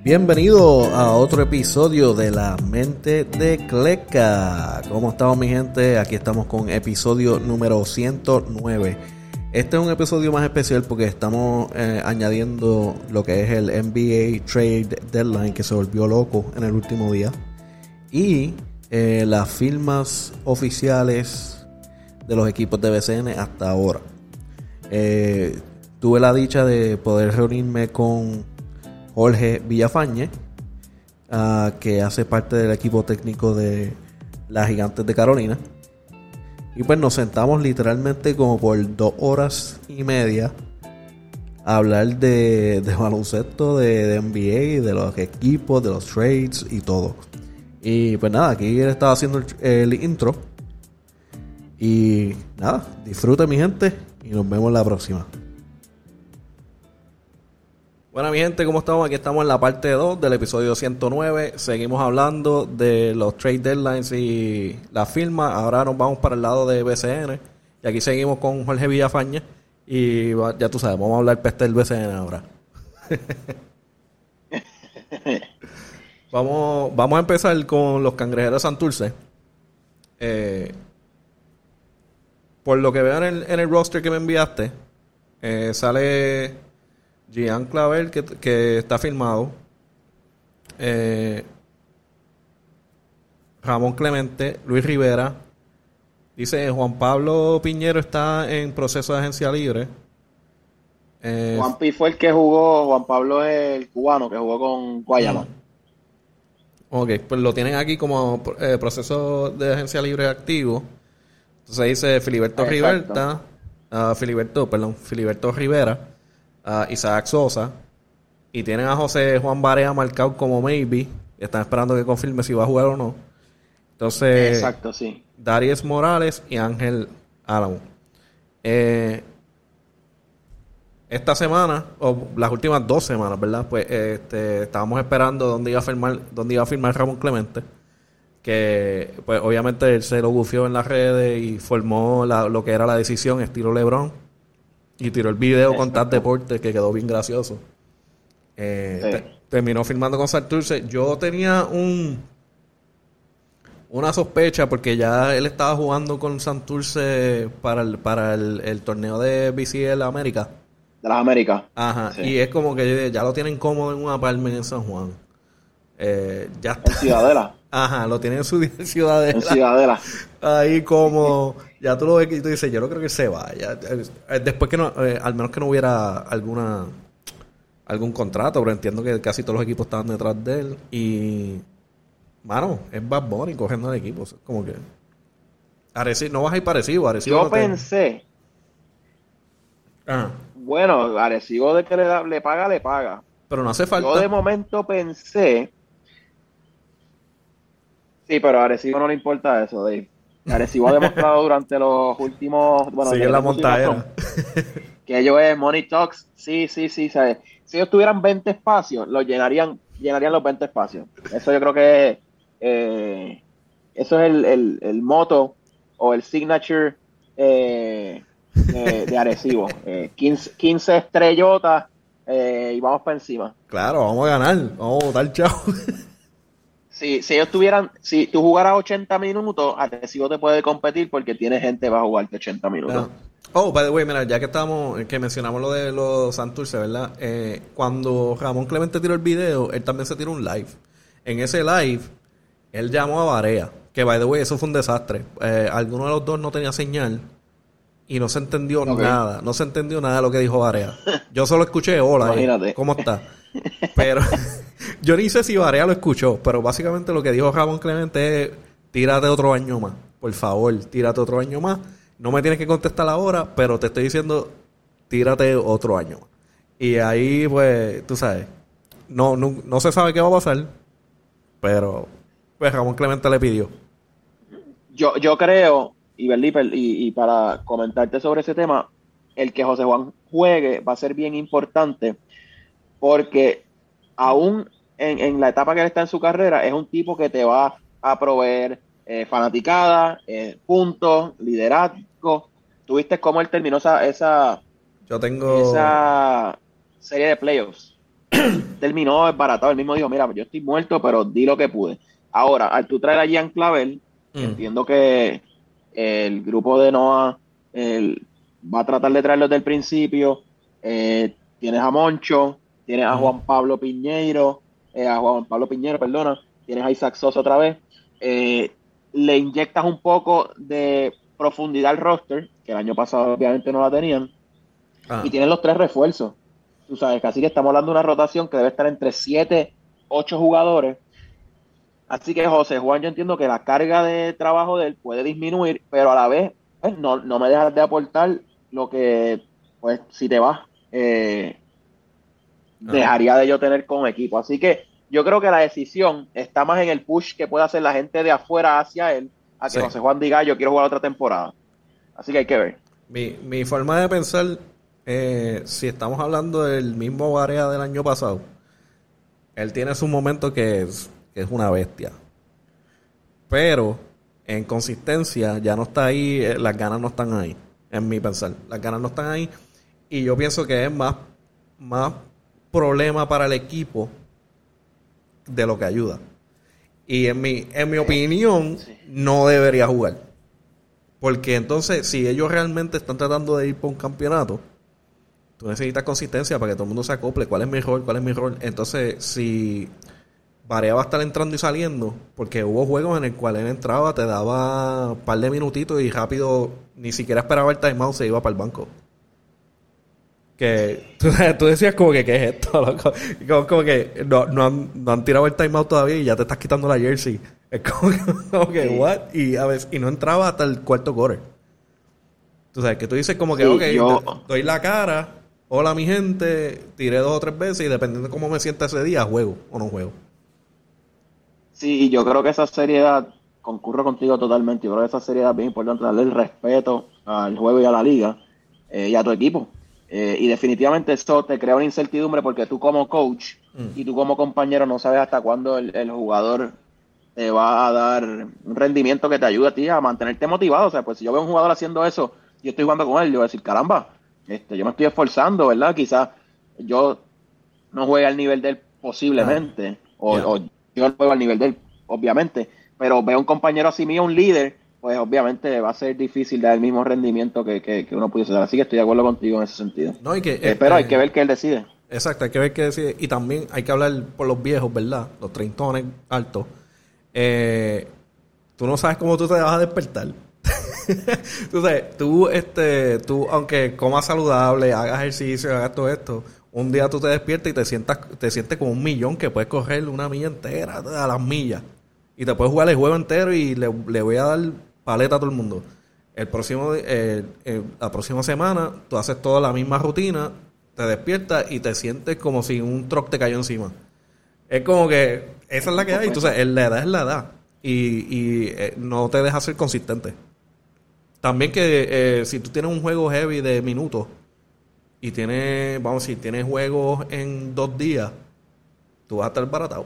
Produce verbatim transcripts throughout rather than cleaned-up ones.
Bienvenido a otro episodio de La Mente de Cleca. ¿Cómo estamos, mi gente? Aquí estamos con episodio número ciento nueve. Este es un episodio más especial porque estamos eh, añadiendo lo que es el N B A Trade Deadline, que se volvió loco en el último día, y eh, las firmas oficiales de los equipos de B C N hasta ahora. Eh, tuve la dicha de poder reunirme con Jorge Villafañe, uh, que hace parte del equipo técnico de las Gigantes de Carolina. Y pues nos sentamos literalmente como por dos horas y media a hablar de, de baloncesto, de, de N B A, de los equipos, de los trades y todo. Y pues nada, aquí él estaba haciendo el, el intro. Y nada, disfruten, mi gente, y nos vemos la próxima. Bueno, mi gente, ¿cómo estamos? Aquí estamos en la parte dos del episodio ciento nueve. Seguimos hablando de los trade deadlines y la firma. Ahora nos vamos para el lado de B C N. Y aquí seguimos con Jorge Villafañe. Y ya tú sabes, vamos a hablar peste del B C N ahora. vamos, vamos a empezar con los Cangrejeros de Santurce. Eh, por lo que veo en el, en el roster que me enviaste, eh, sale Gian Clavel, que, que está firmado, eh, Ramón Clemente, Luis Rivera. Dice Juan Pablo Piñero está en proceso de agencia libre. eh, Juan Pi fue el que jugó. Juan Pablo es el cubano que jugó con Guayama. Ok, pues lo tienen aquí como eh, proceso de agencia libre activo. Entonces dice Filiberto Riverta, uh, Filiberto, perdón, Filiberto Rivera, uh, Isaac Sosa, y tienen a José Juan Barea marcado como maybe. Están esperando que confirme si va a jugar o no. Entonces, exacto, sí. Darius Morales y Ángel Álamo. Eh, esta semana, o las últimas dos semanas, ¿verdad? Pues este, estábamos esperando dónde iba a firmar, dónde iba a firmar Ramón Clemente. Que pues obviamente él se lo gufió en las redes y formó la, lo que era la decisión estilo LeBron, y tiró el video con Taz Deportes, que quedó bien gracioso. Eh, sí. te, terminó firmando con Santurce. Yo tenía un una sospecha porque ya él estaba jugando con Santurce para el, para el, el torneo de B C L América. De las Américas. Ajá, sí. Y es como que ya lo tienen cómodo en un apartment en San Juan. Eh, ya está. En Ciudadela. Ajá, lo tienen en su Ciudadela. En Ciudadela. Ahí como, ya tú lo ves y tú dices, yo no creo que se vaya. Después que no, eh, al menos que no hubiera alguna algún contrato, pero entiendo que casi todos los equipos estaban detrás de él. Y, mano, es Bad Bunny cogiendo el equipo. Como que, Arecibo, no vas a ir parecido. Arecibo yo no pensé, te... Ajá. Bueno, Arecibo de que le, da, le paga, le paga. Pero no hace falta. Yo de momento pensé... Sí, pero a Arecibo no le importa eso, Dave. Arecibo ha demostrado durante los últimos... Bueno, sigue la montadera. Que ellos es Money Talks. Sí, sí, sí, ¿sabes? Si ellos tuvieran veinte espacios, los llenarían, llenarían los veinte espacios. Eso yo creo que eh, eso es el, el, el motto o el signature eh, de, de Arecibo. Eh, quince, quince estrellotas eh, y vamos para encima. Claro, vamos a ganar. Vamos a botar chao. Si, si ellos tuvieran, si tú jugaras ochenta minutos, Arecibo te puede competir porque tiene gente va a jugarte ochenta minutos. Ah. Oh, by the way, mira, ya que estamos, que mencionamos lo de los Santurce, ¿verdad? Eh, cuando Ramón Clemente tiró el video, él también se tiró un live. En ese live, él llamó a Barea, que by the way, eso fue un desastre. Eh, alguno de los dos no tenía señal y no se entendió okay. nada, no se entendió nada de lo que dijo Barea. Yo solo escuché, hola, eh, ¿cómo está? Pero yo ni sé si Barea lo escuchó, pero básicamente lo que dijo Ramón Clemente es, tírate otro año más, por favor, tírate otro año más. No me tienes que contestar ahora, pero te estoy diciendo, tírate otro año más. Y ahí, pues, tú sabes, no, no, no se sabe qué va a pasar, pero pues Ramón Clemente le pidió. Yo, yo creo, y, y, y para comentarte sobre ese tema, el que José Juan juegue va a ser bien importante, porque aún en, en la etapa que él está en su carrera, es un tipo que te va a proveer eh, fanaticada, eh, puntos, liderazgo. ¿Tuviste cómo él terminó esa, esa, Yo tengo... esa serie de playoffs? terminó desbaratado. Él mismo dijo, mira, yo estoy muerto, pero di lo que pude. Ahora, al tú traer a Jean Clavel, Mm. entiendo que el grupo de Noah el, va a tratar de traerlo desde el principio. Eh, tienes a Moncho, tienes a Mm. Juan Pablo Piñeiro, eh, a Juan Pablo Piñero, perdona, tienes a Isaac Sosa otra vez. Eh, le inyectas un poco de profundidad al roster, que el año pasado obviamente no la tenían, Ah, y tienes los tres refuerzos. Tú sabes, casi que estamos hablando de una rotación que debe estar entre siete ocho jugadores. Así que José Juan, yo entiendo que la carga de trabajo de él puede disminuir, pero a la vez, pues, no, no me dejas de aportar lo que, pues, si te vas, eh, ah. dejaría de yo tener como equipo. Así que yo creo que la decisión está más en el push que puede hacer la gente de afuera hacia él, a que Sí. José Juan diga, yo quiero jugar otra temporada. Así que hay que ver. Mi, mi forma de pensar, eh, si estamos hablando del mismo Barea del año pasado, él tiene su momento que es, que es una bestia. Pero en consistencia ya no está ahí, eh, las ganas no están ahí, en mi pensar. Las ganas no están ahí y yo pienso que es más, más problema para el equipo de lo que ayuda. Y en mi, en mi opinión, Sí. no debería jugar. Porque entonces, si ellos realmente están tratando de ir por un campeonato, tú necesitas consistencia para que todo el mundo se acople. ¿Cuál es mi rol? ¿Cuál es mi rol? Entonces, si Barea va a estar entrando y saliendo, porque hubo juegos en el cual él entraba, te daba un par de minutitos y rápido, ni siquiera esperaba el timeout, se iba para el banco. Que tú, tú decías como que, ¿qué es esto, loco? Y como, como que no, no, han, no han tirado el timeout todavía y ya te estás quitando la jersey. Es como, como que, Sí. ¿what? Y, a veces, y no entraba hasta el cuarto quarter. Tú sabes, que tú dices como que, Sí, ok, yo, do- doy la cara, hola mi gente, tiré dos o tres veces y dependiendo de cómo me sienta ese día, juego o no juego. sí, y yo creo que esa seriedad, concurro contigo totalmente, yo creo que esa seriedad es bien importante, darle el respeto al juego y a la liga eh, y a tu equipo. Eh, y definitivamente eso te crea una incertidumbre porque tú como coach y Mm. tú como compañero no sabes hasta cuándo el, el jugador te va a dar un rendimiento que te ayude a ti a mantenerte motivado. O sea, pues si yo veo a un jugador haciendo eso y yo estoy jugando con él, yo voy a decir, caramba, este, yo me estoy esforzando, ¿verdad? Quizás yo no juegue al nivel de él Ah, posiblemente, o, ya. o yo no juego al nivel de él, obviamente, pero veo un compañero así mío, un líder, pues obviamente va a ser difícil dar el mismo rendimiento que, que, que uno pudiese dar. Así que estoy de acuerdo contigo en ese sentido. No, y que, Eh, pero hay este, que ver qué él decide. exacto, hay que ver qué decide. Y también hay que hablar por los viejos, ¿verdad? Los treintones altos. Eh, tú no sabes cómo tú te vas a despertar. Tú sabes, tú, este, tú, aunque comas saludable, hagas ejercicio, hagas todo esto, un día tú te despiertas y te sientas, te sientes como un millón que puedes correr una milla entera a las millas. Y te puedes jugar el juego entero y le, le voy a dar paleta a todo el mundo. El próximo, eh, eh, la próxima semana tú haces toda la misma rutina, te despiertas y te sientes como si un truck te cayó encima. Es como que esa es la que hay. Entonces, la edad es la edad. Y, y eh, no te deja ser consistente. También que eh, si tú tienes un juego heavy de minutos y tienes, vamos a decir, tienes juegos en dos días, tú vas a estar baratado.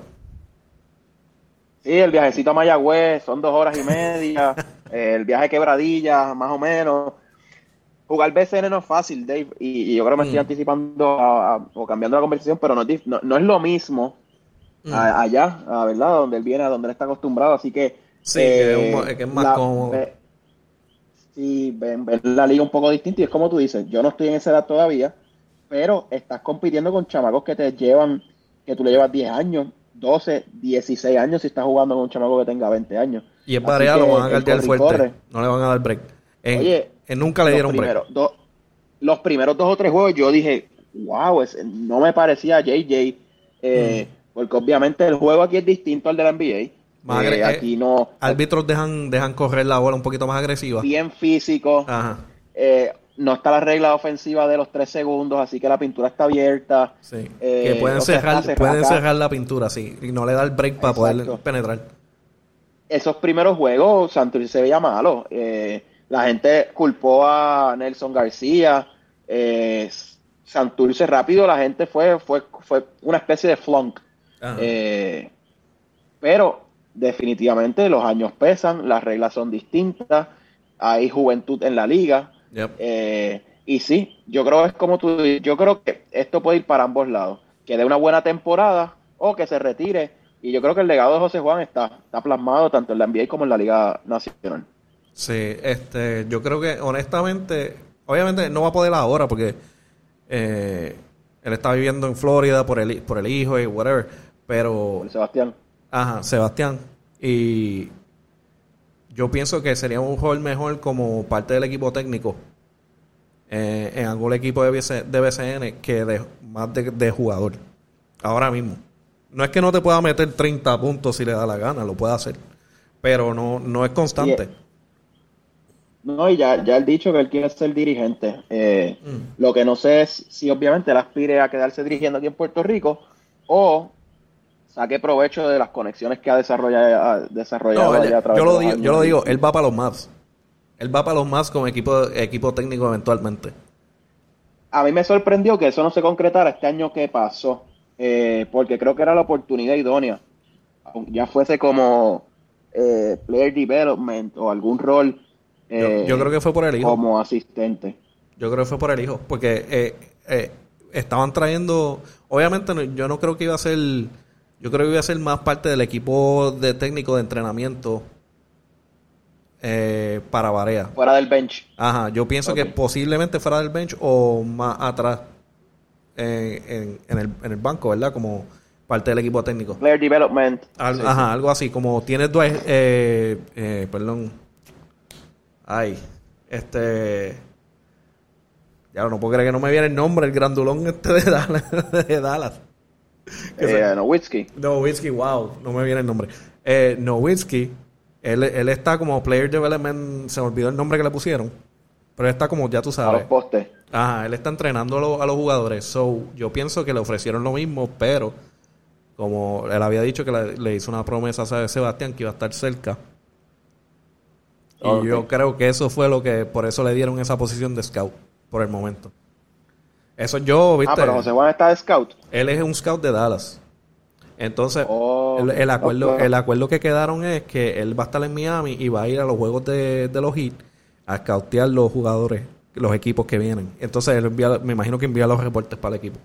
Sí, el viajecito a Mayagüez son dos horas y media, eh, el viaje a Quebradilla, más o menos. Jugar B C N no es fácil, Dave, y, y yo creo que me estoy Mm, anticipando a- a- o cambiando la conversación, pero no es, dif- no, no es lo mismo mm. a- allá, a, ¿verdad? Donde él viene, a donde él está acostumbrado, así que Sí, que es, un mo- eh, que es más la, cómodo. ve- sí, ven, ven la liga un poco distinta y es como tú dices, yo no estoy en esa edad todavía, pero estás compitiendo con chamacos que te llevan, que tú le llevas diez años, doce, dieciséis años si estás jugando con un chamaco que tenga veinte años. Y es Así Barea, lo que van a el guardiar corre y fuerte. corre. No le van a dar break. En, Oye, en nunca le los dieron break. primeros dos, los primeros dos o tres juegos yo dije, wow, es- no me parecía a J J, Mm. eh, porque obviamente el juego aquí es distinto al de la N B A. Más agre- Eh, eh, aquí no, árbitros dejan, dejan correr la bola un poquito más agresiva. bien físico, Ajá. eh, no está la regla ofensiva de los tres segundos, así que la pintura está abierta. Sí. Que eh, pueden o sea, está cerrar, cerrada pueden acá. cerrar la pintura, sí. Y no le da el break para poder Exacto. penetrar. Esos primeros juegos, Santurce se veía malo. Eh, la gente culpó a Nelson García. Eh, Santurce rápido, la gente fue, fue, fue una especie de flunk. Ajá. Eh, pero definitivamente los años pesan, las reglas son distintas, hay juventud en la liga. Yep. Eh, y sí, yo creo que es como tú dices, yo creo que esto puede ir para ambos lados. que dé una buena temporada o que se retire. Y yo creo que el legado de José Juan está, está plasmado tanto en la N B A como en la Liga Nacional. Sí, este, yo creo que honestamente, obviamente no va a poder ahora porque eh, él está viviendo en Florida por el, por el hijo y whatever, pero... Por Sebastián. Ajá, Sebastián. Y yo pienso que sería un jugador mejor como parte del equipo técnico eh, en algún equipo de, B C, de B C N que de, más de, de jugador. Ahora mismo. No es que no te pueda meter treinta puntos si le da la gana, lo puede hacer. Pero no, no es constante. Y, no, y ya, ya él dicho que él quiere ser dirigente. Eh, mm. Lo que no sé es si obviamente él aspire a quedarse dirigiendo aquí en Puerto Rico o saque provecho de las conexiones que ha desarrollado, desarrollado No, allá a través yo de lo los digo, años. yo lo digo, él va para los Mavs. Él va para los Mavs como equipo, equipo técnico eventualmente. A mí me sorprendió que eso no se concretara este año que pasó, eh, porque creo que era la oportunidad idónea. Ya fuese como eh, player development o algún rol Yo, yo creo eh, que fue por el hijo. como asistente. Yo creo que fue por el hijo. Porque eh, eh, estaban trayendo... Obviamente no, yo no creo que iba a ser... Yo creo que iba a ser más parte del equipo de técnico de entrenamiento eh, para Barea. Fuera del bench. Ajá, yo pienso Okay. que posiblemente fuera del bench o más atrás eh, en, en, el, en el banco, ¿verdad? Como parte del equipo técnico. Player development. Al, Sí, ajá, sí. algo así, como tienes dos, eh, eh, perdón, ay, este, ya no puedo creer que no me viene el nombre, el grandulón este de Dallas, de Dallas. Que se- Eh, Nowitzki. Nowitzki, wow, no me viene el nombre. Eh, Nowitzki, él, él está como Player Development, se me olvidó el nombre que le pusieron, pero él está como, ya tú A los sabes, postes. ajá, él está entrenando a, lo- a los jugadores, so, yo pienso que le ofrecieron lo mismo, pero como él había dicho que le, le hizo una promesa a Sebastián que iba a estar cerca. Y Ok. yo creo que eso fue lo que, por eso le dieron esa posición de scout, por el momento. Eso yo, viste, Ah, pero José Juan está de scout. él es un scout de Dallas. Entonces, Oh, el, el acuerdo, ok. el acuerdo que quedaron es que él va a estar en Miami y va a ir a los juegos de, de los Heat a scoutear los jugadores, los equipos que vienen. Entonces, él envía, me imagino que envía los reportes para el equipo.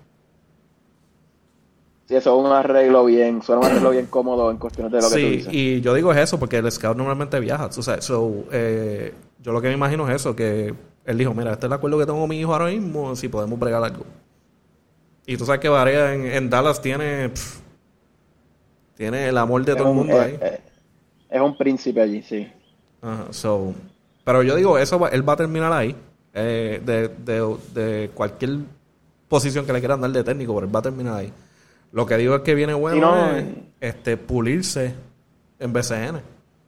Sí, eso es un arreglo bien, suena un arreglo bien cómodo en cuestiones de lo que tú Sí, dices. y yo digo es eso porque el scout normalmente viaja. O sea, so, eh, yo lo que me imagino es eso, que él dijo, mira, este es el acuerdo que tengo con mi hijo ahora mismo, si podemos bregar algo. Y tú sabes que Barea en, en Dallas tiene pff, tiene el amor de Es todo el un, mundo eh, ahí. eh, es un príncipe allí, sí. Ajá, so, pero yo digo, eso va- él va a terminar ahí, eh, de, de, de cualquier posición que le quieran dar de técnico, pero él va a terminar ahí. Lo que digo es que viene bueno Sí, no, es eh. este, pulirse en B C N.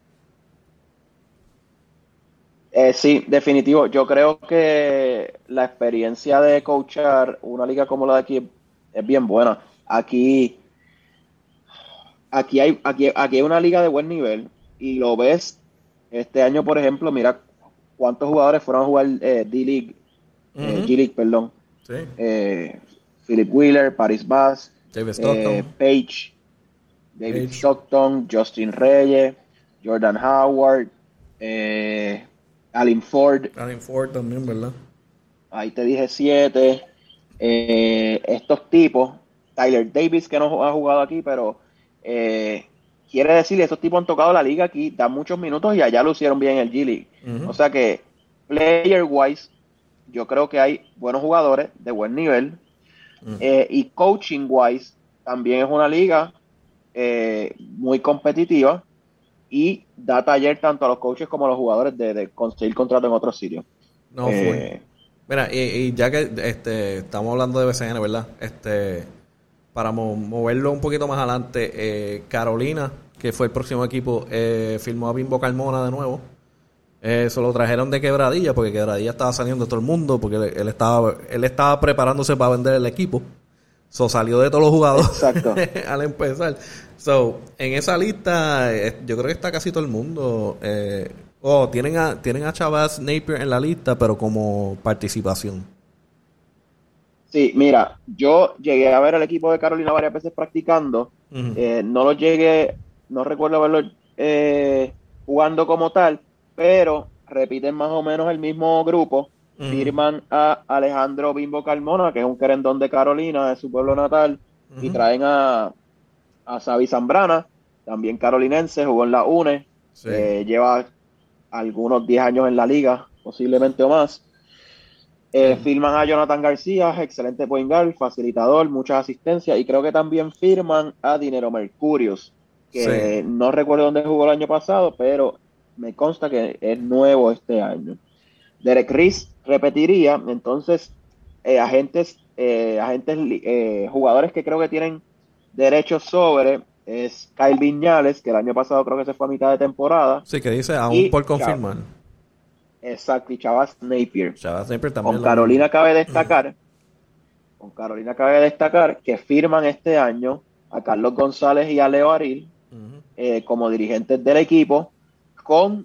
Eh, sí, definitivo. Yo creo que la experiencia de coachar una liga como la de aquí es, es bien buena. Aquí, aquí hay, aquí, aquí hay una liga de buen nivel y lo ves este año, por ejemplo, mira cuántos jugadores fueron a jugar eh, D-League, eh, Ujú. G-League, perdón. Sí. Eh, Philip Wheeler, Paris Bass, David eh, Stockton. Page, David Page. Stockton, Justin Reyes, Jordan Howard, eh, Allen Ford, Allen Ford también, ¿verdad? ahí te dije siete. Eh, estos tipos, Tyler Davis, que no ha jugado aquí, pero eh, quiere decir, estos tipos han tocado la liga aquí, dan muchos minutos y allá lo hicieron bien en el G-League. Ujú. O sea que, player-wise, yo creo que hay buenos jugadores de buen nivel. Mm. Eh, y coaching-wise, también es una liga eh, muy competitiva y da taller tanto a los coaches como a los jugadores de, de conseguir contrato en otros sitios. No, Eh, full. Mira, y, y ya que este, estamos hablando de B C N, ¿verdad? Este, para mo- moverlo un poquito más adelante, eh, Carolina, que fue el próximo equipo, eh, firmó a Bimbo Carmona de nuevo. Eh, se lo trajeron de Quebradilla, porque Quebradilla estaba saliendo de todo el mundo, porque él, él estaba él estaba preparándose para vender el equipo. So, salió de todos los jugadores Exacto. al empezar. So, en esa lista, eh, yo creo que está casi todo el mundo. Eh, oh, tienen a, tienen a Chavaz Napier en la lista, pero como participación. Sí, mira, yo llegué a ver al equipo de Carolina varias veces practicando. Ujú. Eh, no lo llegué, no recuerdo verlo eh, jugando como tal, pero repiten más o menos el mismo grupo. Ujú. Firman a Alejandro Bimbo Carmona, que es un querendón de Carolina, de su pueblo natal. Uh-huh. Y traen a, a Xavi Zambrana, también carolinense, jugó en la U N E, sí. eh, lleva algunos diez años en la liga, posiblemente o más. Eh, sí. Firman a Jonathan García, excelente point guard, facilitador, muchas asistencias, y creo que también firman a Dinero Mercurius, que sí. no recuerdo dónde jugó el año pasado, pero me consta que es nuevo este año. Derek Rice repetiría, entonces eh, agentes, eh, agentes eh, jugadores que creo que tienen derechos sobre es Kyle Viñales, que el año pasado creo que se fue a mitad de temporada. Sí, que dice aún por confirmar. Chav- Exacto, y Chavas Napier. Chavas Napier también. Con Carolina cabe destacar, con Carolina cabe destacar que firman este año a Carlos González y a Leo Aril uh-huh. eh, como dirigentes del equipo, con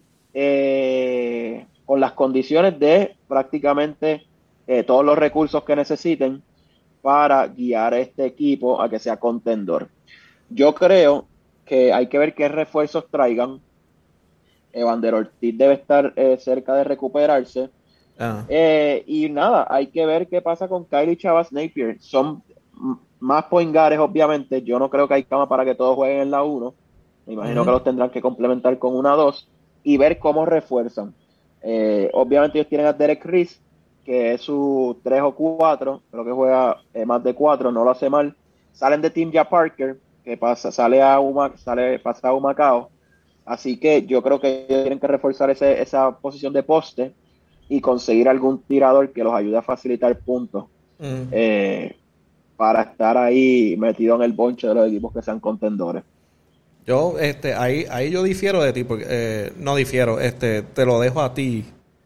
eh, con las condiciones de prácticamente eh, todos los recursos que necesiten para guiar a este equipo a que sea contendor. Yo creo que hay que ver qué refuerzos traigan. Evander Ortiz debe estar eh, cerca de recuperarse. Uh-huh. Eh, y nada, hay que ver qué pasa con Kyle y Chavas Napier. Son m- más point guards, obviamente. Yo no creo que hay cama para que todos jueguen en la uno. Me imagino uh-huh. que los tendrán que complementar con una dos y ver cómo refuerzan. Eh, obviamente ellos tienen a Derek Rice, que es su tres o cuatro, creo que juega eh, más de cuatro, no lo hace mal. Salen de Timja Parker, que pasa, sale a Uma, sale, pasa a Humacao. Así que yo creo que ellos tienen que reforzar ese, esa posición de poste y conseguir algún tirador que los ayude a facilitar puntos mm. eh, para estar ahí metido en el bonche de los equipos que sean contendores. Yo, este, ahí, ahí yo difiero de ti, porque eh, no difiero, este, te lo dejo a ti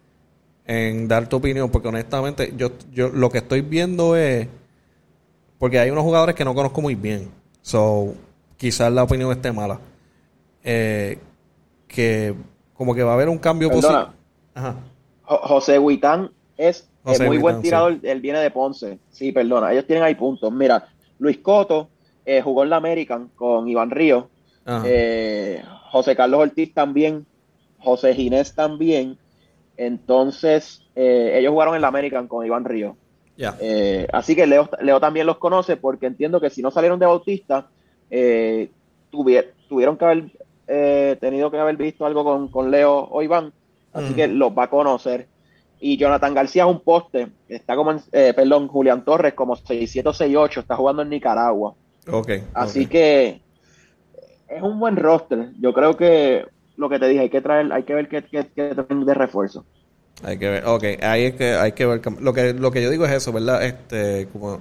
en dar tu opinión, porque honestamente yo, yo lo que estoy viendo es, porque hay unos jugadores que no conozco muy bien, so quizás la opinión esté mala, eh, que como que va a haber un cambio posible. Ajá. José Huitán es José muy Huitán, buen tirador, sí. Él viene de Ponce, sí, perdona, ellos tienen ahí puntos. Mira, Luis Coto eh, jugó en la American con Iván Ríos. Eh, José Carlos Ortiz también, José Ginés también. Entonces eh, ellos jugaron en la American con Iván Ríos. Yeah. eh, así que Leo, Leo también los conoce, porque entiendo que si no salieron de Bautista eh, tuvier, tuvieron que haber eh, tenido que haber visto algo con, con Leo o Iván, así mm. que los va a conocer. Y Jonathan García es un poste, está como en, eh, perdón, Julián Torres como seis siete seis ocho, está jugando en Nicaragua. Okay, así okay. que es un buen roster. Yo creo que lo que te dije, hay que traer, hay que ver qué, qué, qué traen de refuerzo. Hay que ver, ok, ahí es que hay que ver. Lo que, lo que yo digo es eso, ¿verdad? Este, como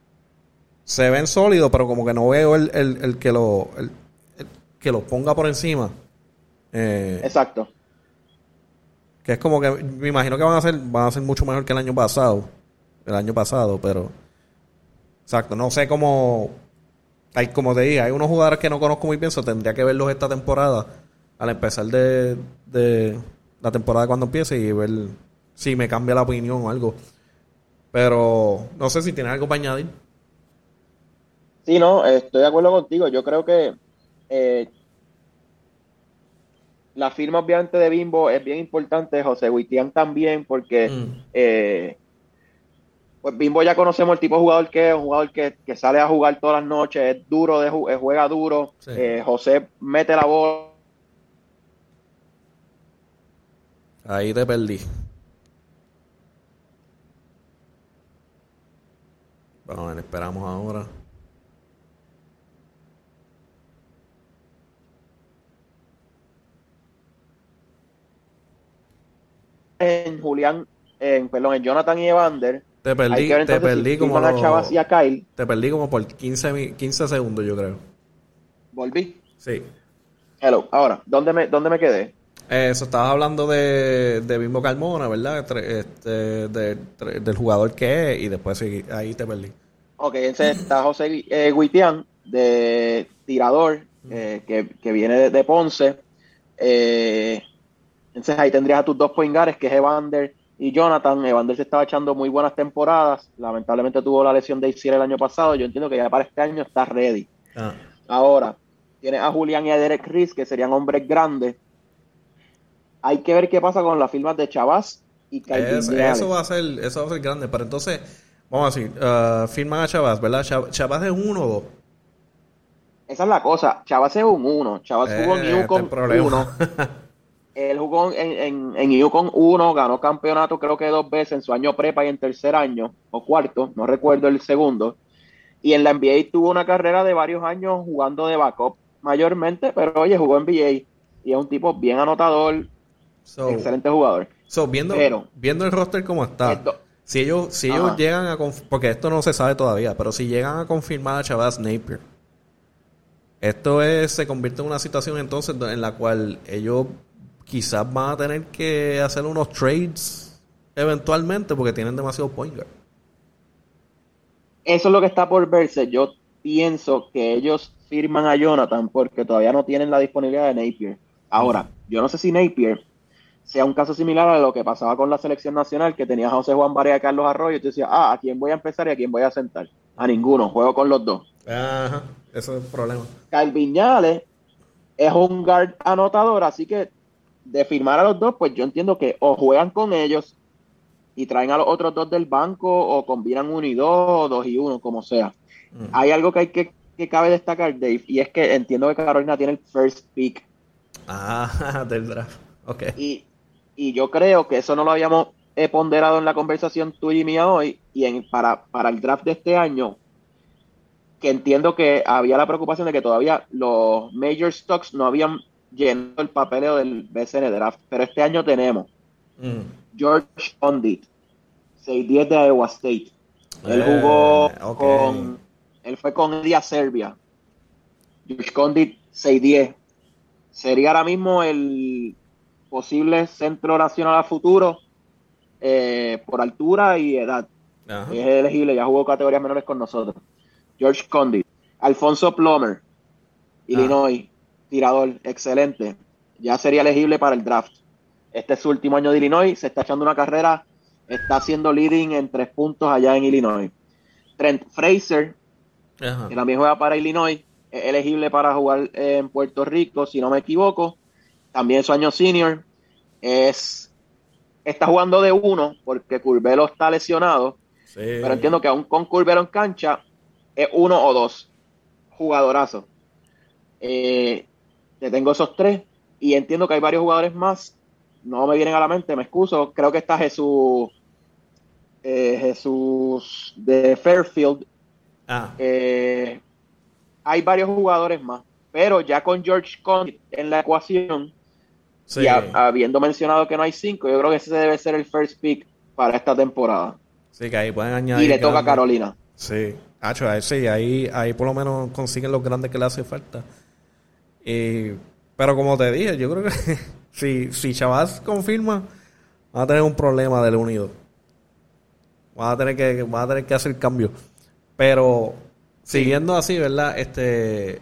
se ven sólidos, pero como que no veo el, el, el que lo el, el que lo ponga por encima. Eh, Exacto. Que es como que me imagino que van a ser, van a ser mucho mejor que el año pasado. El año pasado, pero exacto, no sé cómo. Hay, como te dije, hay unos jugadores que no conozco muy bien, so tendría que verlos esta temporada al empezar de, de la temporada cuando empiece y ver si me cambia la opinión o algo. Pero no sé si tienes algo para añadir. Sí, no, estoy de acuerdo contigo. Yo creo que eh, la firma obviamente de Bimbo es bien importante, José Huitián también, porque mm. eh, pues Bimbo ya conocemos el tipo de jugador que es, un jugador que, que sale a jugar todas las noches, es duro, de, juega duro. Sí. Eh, José mete la bola. Ahí te perdí. Vamos a ver, esperamos ahora. En Julián, en, perdón, en Jonathan y Evander. Te perdí, te perdí si como lo, Chavas y a Kyle. Te perdí como por quince, quince segundos, yo creo. ¿Volví? Sí. Hello, ahora, ¿dónde me, dónde me quedé? Eso, estabas hablando de, de Bimbo Carmona, ¿verdad? Este, de, de, del jugador que es, y después sí, ahí te perdí. Ok, entonces está José eh, Huitián, de tirador, eh, que, que viene de, de Ponce. Eh, entonces ahí tendrías a tus dos point guards, que es Evander y Jonathan. Evander se estaba echando muy buenas temporadas. Lamentablemente tuvo la lesión de Isier el año pasado. Yo entiendo que ya para este año está ready. Ah. Ahora, tienes a Julián y a Derek Rice, que serían hombres grandes. Hay que ver qué pasa con las firmas de Chavas y Kyle es, eso va a ser eso va a ser grande, pero entonces vamos a decir, uh, firman a Chavas, ¿verdad? Chavas es uno o dos. esa es la cosa. Chavas es un uno. Chavas jugó en Eh, este es el Yukon problema. uno. Él jugó en, en, en Yukon uno, ganó campeonato creo que dos veces en su año prepa y en tercer año, o cuarto, no recuerdo el segundo. Y en la N B A tuvo una carrera de varios años jugando de backup mayormente, pero oye, jugó en N B A y es un tipo bien anotador, So, excelente jugador. so viendo, Pero, viendo el roster como está, esto, si ellos, si ellos ajá, llegan a conf- porque esto no se sabe todavía, pero si llegan a confirmar a Chavaz Napier, esto es, se convierte en una situación entonces en la cual ellos quizás van a tener que hacer unos trades eventualmente porque tienen demasiado point guard. eso es lo que está por verse. Yo pienso que ellos firman a Jonathan porque todavía no tienen la disponibilidad de Napier. Ahora, yo no sé si Napier sea un caso similar a lo que pasaba con la selección nacional, que tenía a José Juan Barea y a Carlos Arroyo, y tú decías, ah, ¿a quién voy a empezar y a quién voy a sentar? A ninguno, juego con los dos. Ajá, ese es el problema. Calvin Viñales es un guard anotador, así que de firmar a los dos, pues yo entiendo que o juegan con ellos y traen a los otros dos del banco, o combinan uno y dos, o dos y uno, como sea. Mm. Hay algo que hay que, que cabe destacar, Dave, y es que entiendo que Carolina tiene el first pick. Ah, del draft. Ok. Y, y yo creo que eso no lo habíamos eh, ponderado en la conversación tuya y mía hoy, y en, para, para el draft de este año, que entiendo que había la preocupación de que todavía los major stocks no habían llenado el papeleo del B C N Draft, pero este año tenemos Mm. George Condit, seis diez de Iowa State. Él Eh, jugó ok. con, él fue con Elia Serbia. George Condit, seis diez. Sería ahora mismo el posible centro nacional a futuro eh, por altura y edad. Ajá. Es elegible, ya jugó categorías menores con nosotros. George Condit. Alfonso Plomer, Ah, Illinois, tirador, excelente. Ya sería elegible para el draft. Este es su último año de Illinois, se está echando una carrera, está haciendo leading en tres puntos allá en Illinois. Trent Fraser, ajá. que también juega para Illinois, es elegible para jugar en Puerto Rico, si no me equivoco. También su año senior. Es, está jugando de uno porque Curvelo está lesionado, Sí. pero entiendo que aún con Curvelo en cancha es uno o dos. Jugadorazo. Eh, te tengo esos tres y entiendo que hay varios jugadores más. No me vienen a la mente, me excuso. Creo que está Jesús, eh, Jesús de Fairfield. Ah, Eh, hay varios jugadores más, pero ya con George Condit en la ecuación sí. y a, habiendo mencionado que no hay cinco, yo creo que ese debe ser el first pick para esta temporada. Sí, que ahí pueden Y añadir le toca a grandes. Carolina. Sí. Hacho, ahí sí, ahí, ahí por lo menos consiguen los grandes que le hace falta. Y, pero como te dije, yo creo que si, si Chavaz confirma, van a tener un problema del unido. Van a tener que, van a tener que hacer cambios. Pero Sí. siguiendo así, ¿verdad? Este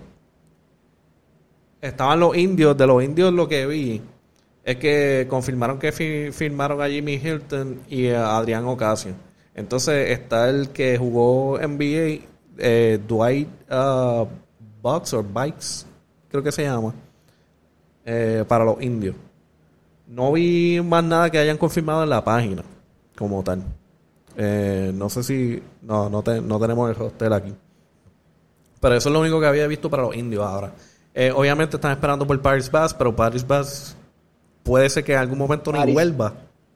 estaban los indios, de los indios lo que vi es que confirmaron que fi- firmaron a Jimmy Hilton y a Adrián Ocasio. Entonces está el que jugó N B A, eh, Dwight uh, Bucks o Bikes, creo que se llama, eh, para los indios. No vi más nada que hayan confirmado en la página como tal. Eh, no sé si... No, no, te- no tenemos el hostel aquí. Pero eso es lo único que había visto para los indios ahora. Eh, obviamente están esperando por Paris Bass, pero Paris Bass puede ser que en algún momento ni Paris, vuelva.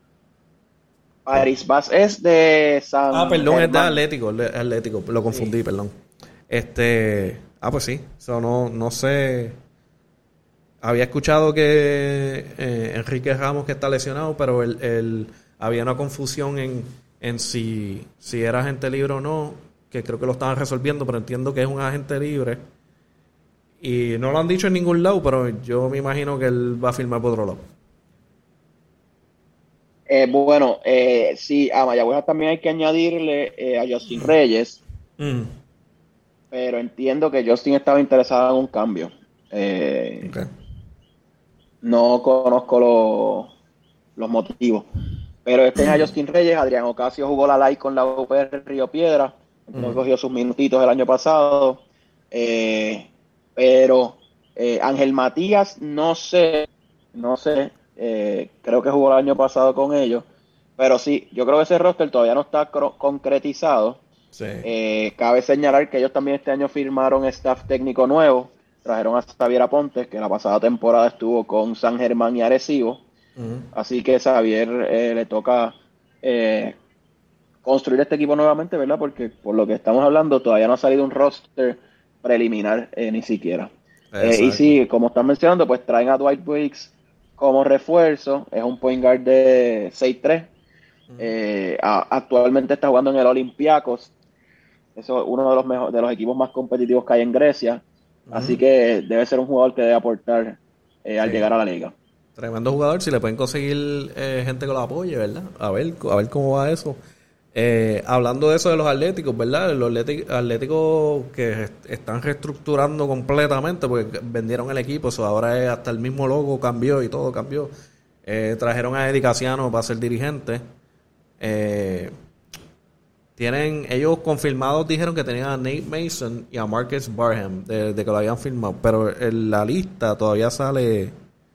Paris Bass es de San Ah, perdón, es de Germán. Atlético, de Atlético, lo confundí, Sí. perdón. Este, ah, pues sí, so, no, no sé. Había escuchado que eh, Enrique Ramos que está lesionado, pero el, el- había una confusión en, en si, si era agente libre o no, que creo que lo estaban resolviendo, pero entiendo que es un agente libre. Y no lo han dicho en ningún lado, pero yo me imagino que él va a firmar por otro lado. Eh, bueno, eh, sí, a Mayagüez también hay que añadirle eh, a Justin Reyes, Mm, pero entiendo que Justin estaba interesado en un cambio. Eh, ok. no conozco lo- los motivos, pero este es a Justin Reyes. Adrián Ocasio jugó la live con la U P R Río Piedra, entiendo que Mm, cogió sus minutitos el año pasado. Eh, pero eh, Ángel Matías, no sé, no sé, eh, creo que jugó el año pasado con ellos, pero sí, yo creo que ese roster todavía no está cro- concretizado. Sí. Eh, cabe señalar que ellos también este año firmaron staff técnico nuevo. Trajeron a Xavier Aponte, que la pasada temporada estuvo con San Germán y Arecibo. Uh-huh. Así que Xavier eh, le toca eh, construir este equipo nuevamente, ¿verdad? Porque por lo que estamos hablando, todavía no ha salido un roster preliminar eh, ni siquiera. Eh, y Exacto. sí, como están mencionando, pues traen a Dwight Wicks como refuerzo. Es un point guard de seis tres. Uh-huh. Eh, a, actualmente está jugando en el Olympiacos. Eso es uno de los mejores, de los equipos más competitivos que hay en Grecia. Así Uh-huh. que debe ser un jugador que debe aportar eh, al Sí. llegar a la liga. Tremendo jugador, si le pueden conseguir eh, gente que lo apoye, ¿verdad? A ver, a ver cómo va eso. Eh, hablando de eso de los atléticos, ¿verdad? Los atléticos, atléticos que est- están reestructurando completamente porque vendieron el equipo, eso ahora es hasta el mismo logo cambió y todo cambió. Eh, trajeron a Eddie Casiano para ser dirigente. Eh, tienen, ellos confirmados dijeron que tenían a Nate Mason y a Marcus Barham de, de que lo habían firmado, pero en la lista todavía sale,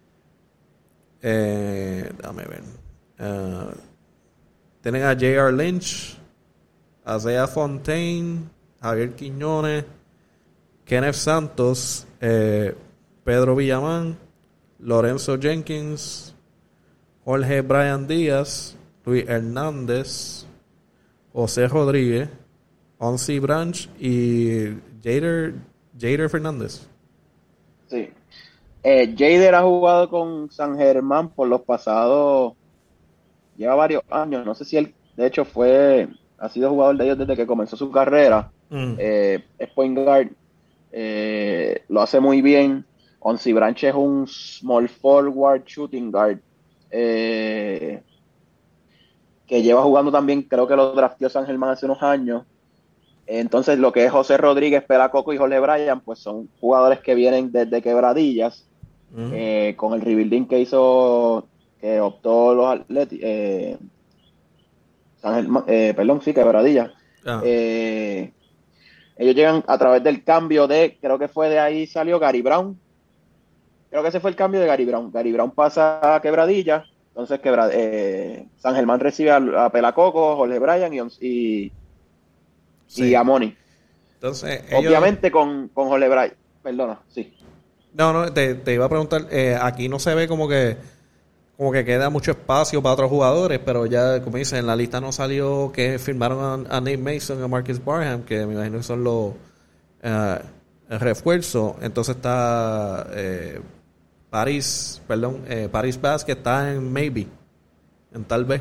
eh, déjame ver. eh, Tienen a J R. Lynch, a Zaya Fontaine, Javier Quiñones, Kenneth Santos, eh, Pedro Villamán, Lorenzo Jenkins, Jorge Brian Díaz, Luis Hernández, José Rodríguez, Onsi Branch y Jader, Jader Fernández. Sí. Eh, Jader ha jugado con San Germán por los pasados, lleva varios años. No sé si él, de hecho, fue, ha sido jugador de ellos desde que comenzó su carrera. Mm. Eh, es point guard, eh, lo hace muy bien. Onsi Branch es un small forward shooting guard. Eh, que lleva jugando también, creo que lo drafteó San Germán hace unos años. Entonces, lo que es José Rodríguez, Pelacoco y Jorge Bryan, pues son jugadores que vienen desde Quebradillas, Mm. eh, con el rebuilding que hizo, que optó los atletas, eh, San Germán, eh, perdón, sí, Quebradillas. Ah, Eh, ellos llegan a través del cambio de, creo que fue de ahí salió Gary Brown. Creo que ese fue el cambio de Gary Brown. Gary Brown pasa a Quebradillas, entonces Quebra, eh, San Germán recibe a, a Pelacoco, Jorge Bryan y, y, y sí. a Moni. Entonces, ellos... Obviamente con, con Jorge Bryan. Perdona, sí. No, no, te, te iba a preguntar, eh, aquí no se ve como que como que queda mucho espacio para otros jugadores, pero ya, como dicen, en la lista no salió que firmaron a, a Nate Mason y a Marcus Barham, que me imagino que son los eh, refuerzos. Entonces está eh, Paris, perdón, eh, Paris Bass, que está en maybe, en tal vez.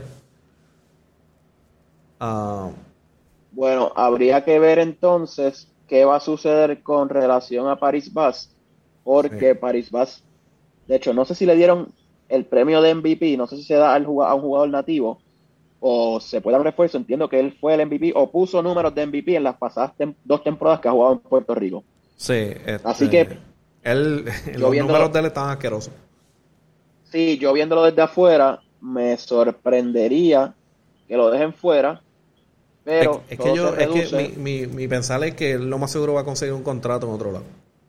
Ah, Bueno, habría que ver entonces qué va a suceder con relación a Paris Bass, sí. porque Paris Bass, de hecho, no sé si le dieron el premio de M V P, no sé si se da al jugado, a un jugador nativo o se puede dar un refuerzo. Entiendo que él fue el M V P o puso números de M V P en las pasadas tem dos temporadas que ha jugado en Puerto Rico. Sí, Así este, que él, yo los números viéndolo, de él están asquerosos. sí, yo viéndolo desde afuera, me sorprendería que lo dejen fuera, Es, pero es que todo se yo, es que mi, reduce. mi, mi pensar es que él lo más seguro va a conseguir un contrato en otro lado.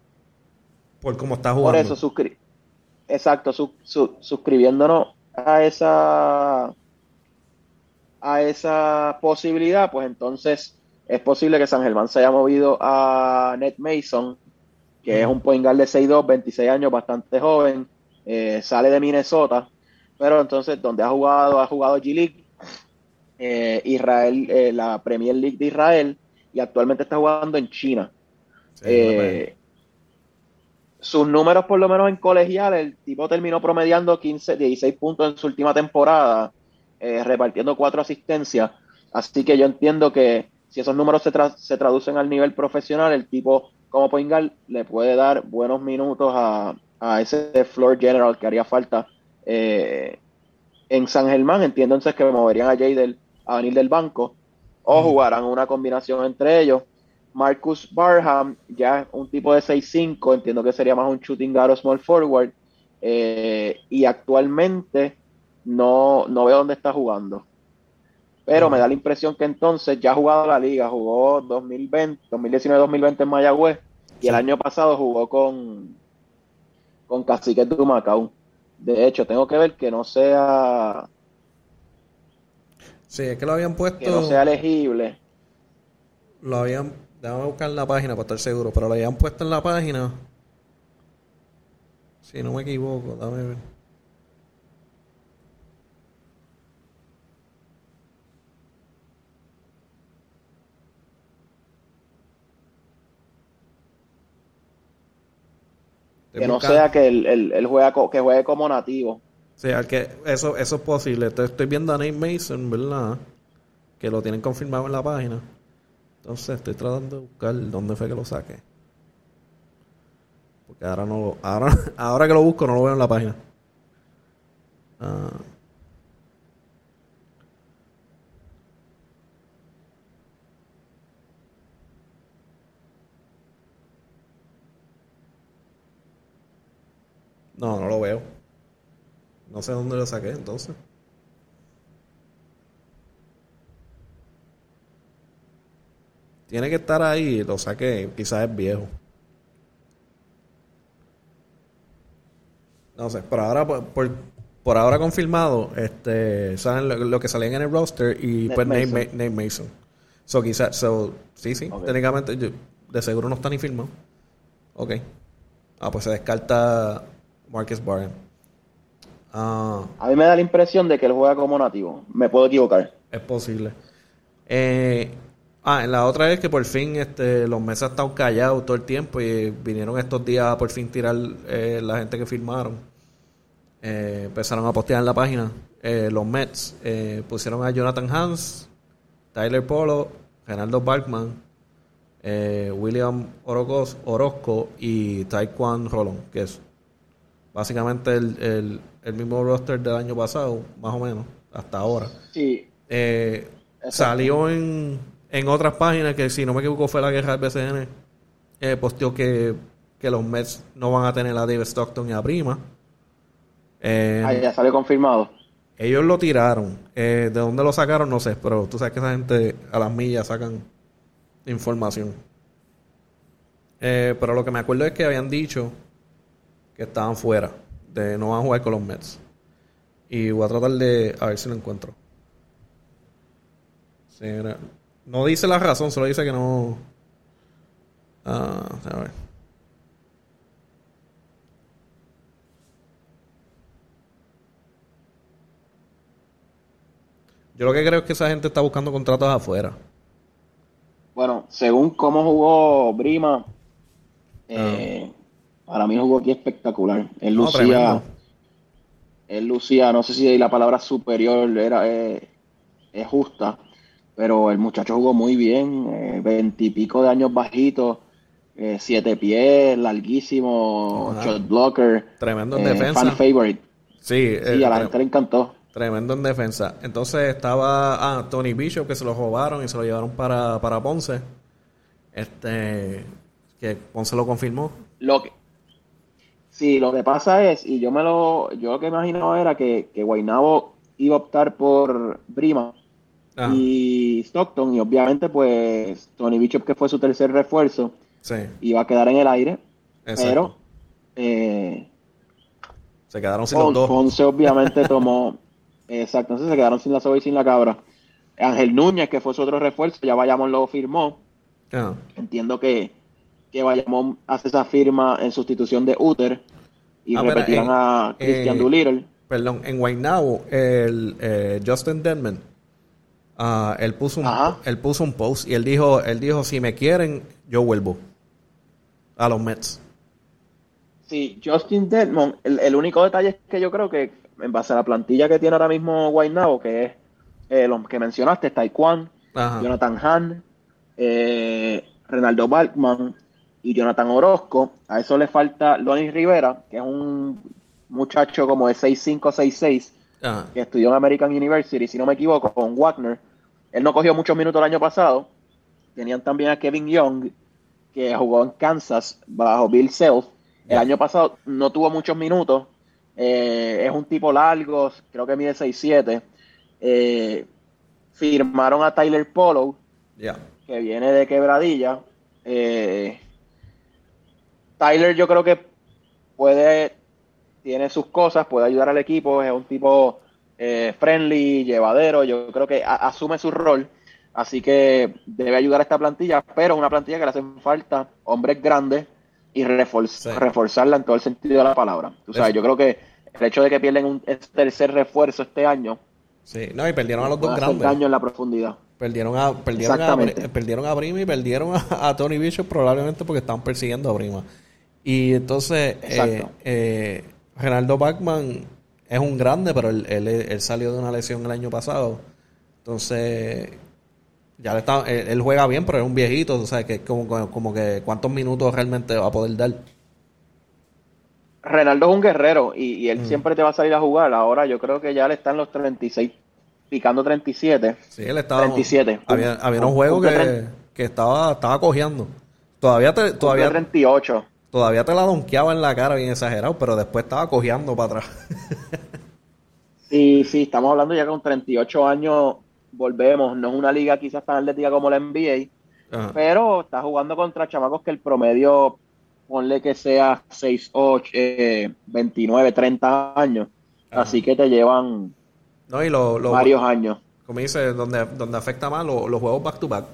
Por cómo está Por jugando. eso, suscri exacto, su su suscribiéndonos a esa, a esa posibilidad, pues entonces es posible que San Germán se haya movido a Ned Mason, que es Mm. un point guard de seis dos, veintiséis años, bastante joven, eh, sale de Minnesota, pero entonces donde ha jugado, ha jugado G-League, eh, Israel, eh, la Premier League de Israel, y actualmente está jugando en China. Sí, dale para allá. Eh, sus números, por lo menos en colegial, el tipo terminó promediando quince, dieciséis puntos en su última temporada, eh, repartiendo cuatro asistencias. Así que yo entiendo que si esos números se, tra se traducen al nivel profesional, el tipo como point guard le puede dar buenos minutos a, a ese floor general que haría falta eh, en San Germán. Entiendo entonces que moverían a Jadel a venir del banco o Mm. jugarán una combinación entre ellos. Marcus Barham, ya un tipo de seis cinco, entiendo que sería más un shooting guard o small forward, eh, y actualmente no, no veo dónde está jugando. Pero me Mm. da la impresión que entonces ya ha jugado la liga, jugó dos mil veinte, dos mil diecinueve dos mil veinte en Mayagüez, y el Sí. año pasado jugó con, con Cacique de Macao. De hecho, tengo que ver que no sea, Sí, es que lo habían que no puesto. sea elegible. lo habían, déjame buscar en la página para estar seguro, pero lo habían puesto en la página, si no me equivoco, dame ver. Estoy Que no buscando. sea que él, él, él juega co- que juegue como nativo. Sí, al que eso, eso es posible. Entonces, estoy viendo a Nate Mason, ¿verdad? Que lo tienen confirmado en la página. Entonces estoy tratando de buscar dónde fue que lo saqué. Porque ahora no lo- ahora, ahora que lo busco no lo veo en la página. Ah, no, no lo veo. No sé dónde lo saqué entonces. Tiene que estar ahí, lo saqué, quizás es viejo. No sé, por ahora, por, por, por ahora confirmado, este, saben lo, lo que salían en el roster y Nate pues Nate, Ma- Mason. Nate Mason. So quizás, so, sí, sí, Ok. técnicamente yo- de seguro no está ni firmado. Ok. Ah, pues se descarta Marcus Barton. Ah, A mí me da la impresión de que él juega como nativo. Me puedo equivocar. es posible. Eh, ah, en la otra es que por fin este, los Mets han estado callados todo el tiempo y vinieron estos días a por fin tirar eh, la gente que firmaron. Eh, empezaron a postear en la página. Eh, los Mets eh, pusieron a Jonathan Hans, Tyler Polo, Renaldo Barkman, eh, William Orocos, Orozco y Taekwon Rolón, que es básicamente el, el, el mismo roster del año pasado, más o menos, hasta ahora. Sí, Eh, exacto. salió en, en otras páginas que, si no me equivoco, fue la guerra del B C N. Eh, posteó que, que los Mets no van a tener a David Stockton y a Prima. Ah, Eh, ya sale confirmado. ellos lo tiraron. Eh, ¿de dónde lo sacaron? No sé, pero tú sabes que esa gente a las millas sacan información. Eh, pero lo que me acuerdo es que habían dicho que estaban fuera, de no van a jugar con los Mets. Y voy a tratar de a ver si lo encuentro. Sí, era- no dice la razón, solo dice que no. Ah, a ver. Yo lo que creo es que esa gente está buscando contratos afuera. Bueno, según cómo jugó Brima, Ah, eh, para mí jugó aquí espectacular. Él no, tremendo. lucía, él lucía, no sé si la palabra superior era eh, es justa, pero el muchacho jugó muy bien, eh, veintipico de años bajitos, eh, siete pies, larguísimo, Ajá. shot blocker, Tremendo en eh, fan defensa. favorite. Sí, Sí, eh, a la tre- gente le encantó. tremendo en defensa. Entonces estaba ah, Tony Bishop, que se lo robaron y se lo llevaron para, para Ponce. Este, que Ponce lo confirmó. Lo que, sí, lo que pasa es, y yo me lo, yo lo que imaginaba era que, que Guaynabo iba a optar por Brima Ah, y Stockton, y obviamente pues Tony Bishop, que fue su tercer refuerzo, sí, iba a quedar en el aire, exacto. pero eh, Se quedaron sin los Pon- dos. Ponce obviamente tomó, exacto, entonces se quedaron sin la soga y sin la cabra. Ángel Núñez, que fue su otro refuerzo, ya Bayamón lo firmó. Ah. Entiendo que, que Bayamón hace esa firma en sustitución de Uter y Ah, mira, repetirán en, a Christian eh, Doolittle. perdón, en Guaynabo, el eh, Justin Denman, ah, él puso un, Ajá. él puso un post y él dijo, él dijo, si me quieren, yo vuelvo a los Mets. Sí, Justin Dedmon, el, el único detalle es que yo creo que en base a la plantilla que tiene ahora mismo Guaynabo, que es eh, los que mencionaste, Taekwondo, Ajá, Jonathan Hahn, eh, Renaldo Balkman y Jonathan Orozco, a eso le falta Lonis Rivera, que es un muchacho como de seis cinco, seis seis, ajá, que estudió en American University, si no me equivoco, con Wagner. Él no cogió muchos minutos el año pasado. Tenían también a Kevin Young, que jugó en Kansas bajo Bill Self. El ya. año pasado no tuvo muchos minutos. Eh, es un tipo largo, creo que mide seis siete. Eh, firmaron a Tyler Polo, Ya. que viene de Quebradilla. Eh, Tyler yo creo que puede, tiene sus cosas, puede ayudar al equipo, es un tipo eh, friendly, llevadero, yo creo que a, asume su rol, Así que debe ayudar a esta plantilla, pero es una plantilla que le hacen falta hombres grandes y reforz- Sí. reforzarla en todo el sentido de la palabra. Tú sabes, Es- yo creo que el hecho de que pierden un tercer refuerzo este año sí, no, y perdieron a les los dos puede hacer grandes. daño en la profundidad. Perdieron a, perdieron a, Exactamente. Bri- perdieron a Brima y perdieron a, a Tony Bishop probablemente porque estaban persiguiendo a Brima. Y entonces, eh, Exacto. eh, Renaldo Bachman es un grande, pero él, él, él salió de una lesión el año pasado. Entonces, ya le está, él, él juega bien, pero es un viejito. O sea, que como, como como que cuántos minutos realmente va a poder dar. Renaldo es un guerrero y, y él Mm. siempre te va a salir a jugar. Ahora yo creo que ya le están los treinta y seis, picando treinta y siete. Sí, él estaba. treinta y siete. Había, había unos Cum- juegos Cumple, que, treinta, que estaba, estaba cojeando. Todavía te, cumple todavía, treinta y ocho. todavía te la donkeaba en la cara bien exagerado, pero después estaba cojeando para atrás. Sí, sí, estamos hablando ya que con treinta y ocho años volvemos. No es una liga quizás tan atlética como la N B A, Ajá. pero está jugando contra chamacos que el promedio, ponle que sea seis ocho, eh, veintinueve, treinta años. Ajá. Así que te llevan No, y lo, lo, varios años. como dice, donde, donde afecta más lo- los juegos back to back.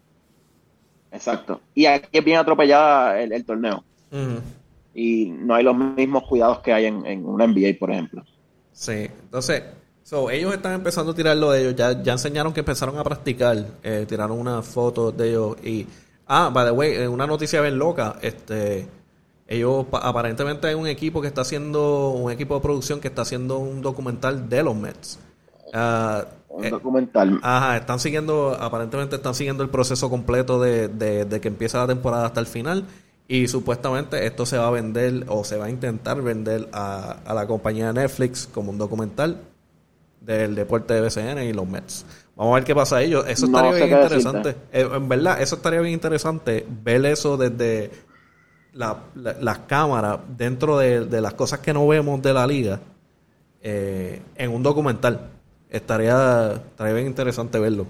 Exacto. Y aquí es bien atropellada el, el torneo. Ujú. Y no hay los mismos cuidados que hay en, en una N B A, por ejemplo. Sí, entonces, so, ellos están empezando a tirar lo de ellos, ya, ya enseñaron que empezaron a practicar, eh, tiraron unas fotos de ellos y, ah, by the way, eh, una noticia bien loca, este, ellos pa- aparentemente hay un equipo que está haciendo, un equipo de producción que está haciendo un documental de los Mets. Ah, Un eh, documental. ajá, están siguiendo, aparentemente están siguiendo el proceso completo de, de, de que empieza la temporada hasta el final. Y supuestamente esto se va a vender o se va a intentar vender a, a la compañía Netflix como un documental del deporte de B C N y los Mets. Vamos a ver qué pasa a ellos. Eso No estaría sé bien qué interesante. decirte. Eh, en verdad, eso estaría bien interesante ver eso desde la- la- las cámaras dentro de, de las cosas que no vemos de la liga eh, en un documental. Estaría, estaría bien interesante verlo.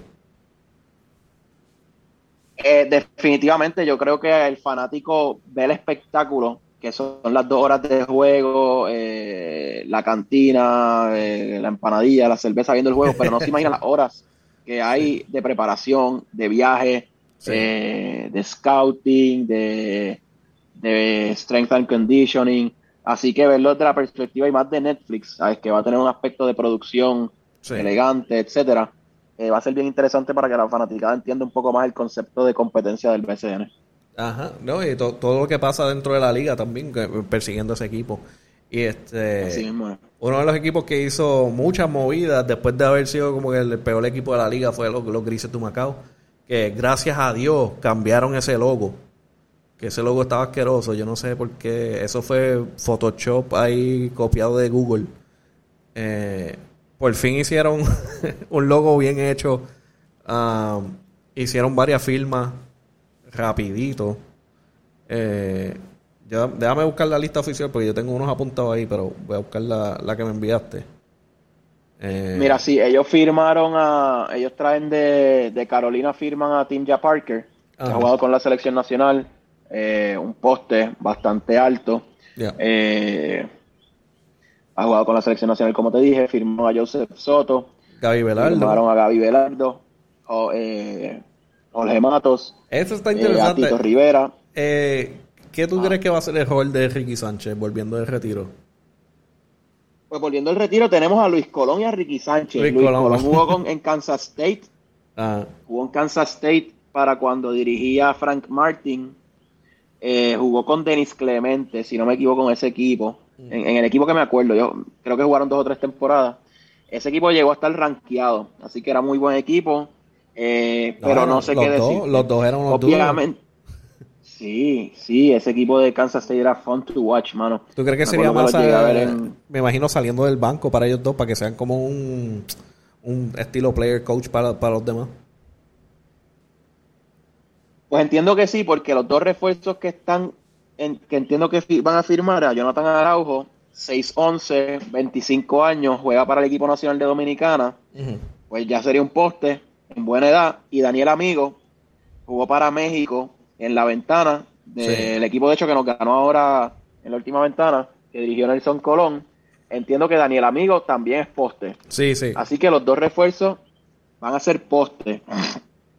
Eh, definitivamente yo creo que el fanático ve el espectáculo, que son las dos horas de juego, eh, la cantina, eh, la empanadilla, la cerveza viendo el juego, pero no se imagina las horas que Sí, hay de preparación, de viaje, sí. eh, de scouting, de, de strength and conditioning. Así que verlo desde la perspectiva y más de Netflix, ¿sabes? Que va a tener un aspecto de producción Sí. elegante, etcétera. Eh, va a ser bien interesante para que la fanaticada entienda un poco más el concepto de competencia del B C N. Ajá, no, y to- todo lo que pasa dentro de la liga también, que- persiguiendo ese equipo. Y Así este, mismo es. uno de los equipos que hizo muchas movidas después de haber sido como que el peor equipo de la liga fue los, los Grises de Macao, que gracias a Dios cambiaron ese logo, que ese logo estaba asqueroso, yo no sé por qué, eso fue Photoshop ahí copiado de Google. Eh, por fin hicieron un logo bien hecho, ah, hicieron varias firmas rapidito. Eh, yo- déjame buscar la lista oficial porque yo tengo unos apuntados ahí, pero voy a buscar la, la que me enviaste. Eh, Mira, sí, ellos firmaron a. Ellos traen de, de Carolina, firman a Timja Parker, que ha ajá, jugado con la selección nacional. eh, un poste bastante alto. ya. eh, ha jugado con la selección nacional, como te dije. Firmó a Joseph Soto. Gaby Velardo. Firmaron a Gaby Velardo. o, eh, Jorge Matos. Eso está eh, a Tito interesante. Rivera. Eh, ¿qué tú Ah, crees que va a ser el rol de Ricky Sánchez volviendo del retiro? Pues volviendo al retiro, tenemos a Luis Colón y a Ricky Sánchez. Luis Luis Colón. Colón jugó con, en Kansas State. Ah, Jugó en Kansas State para cuando dirigía a Frank Martin. Eh, jugó con Denis Clemente, si no me equivoco, en ese equipo. En, en el equipo que me acuerdo, yo creo que jugaron dos o tres temporadas. Ese equipo llegó a estar rankeado, así que era muy buen equipo. Eh, no, pero eran no sé los qué dos, decirte. los dos eran unos duros. Obviamente, sí, sí, ese equipo de Kansas State era fun to watch, mano. ¿Tú crees que Me sería acuerdo más, que los llegué a ver eh, en... me imagino saliendo del banco para ellos dos, para que sean como un, un estilo player coach para, para los demás? Pues entiendo que sí, porque los dos refuerzos que están, en, que entiendo que fi- van a firmar a Jonathan Araujo, seis once, veinticinco años, juega para el equipo nacional de Dominicana, Ujú. pues ya sería un poste en buena edad. Y Daniel Amigo jugó para México en la ventana Sí, del equipo, de hecho, que nos ganó ahora en la última ventana, que dirigió Nelson Colón. Entiendo que Daniel Amigo también es poste. sí, sí. Así que los dos refuerzos van a ser poste.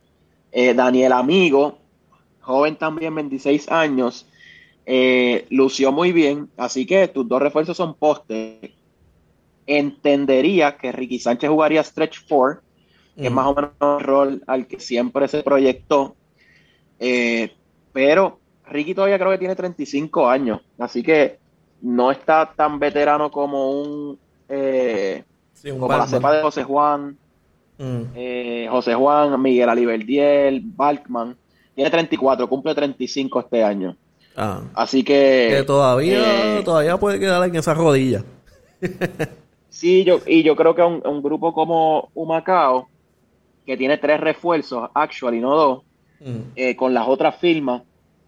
Eh, Daniel Amigo, joven también, veintiséis años, eh, lució muy bien, así que tus dos refuerzos son postes. Entendería que Ricky Sánchez jugaría stretch four, que es Mm. más o menos el rol al que siempre se proyectó, eh, pero Ricky todavía creo que tiene treinta y cinco años, así que no está tan veterano como un eh, Sí, un como la cepa Batman. de José Juan, Mm. eh, José Juan, Miguel Aliberdiel, Balkman. Tiene treinta y cuatro, cumple treinta y cinco este año. Ah. Así Que que todavía, eh, todavía puede quedar en esa rodilla. sí, yo, y yo creo que un, un grupo como Humacao, que tiene tres refuerzos, actually, no dos, Mm. eh, con las otras firmas,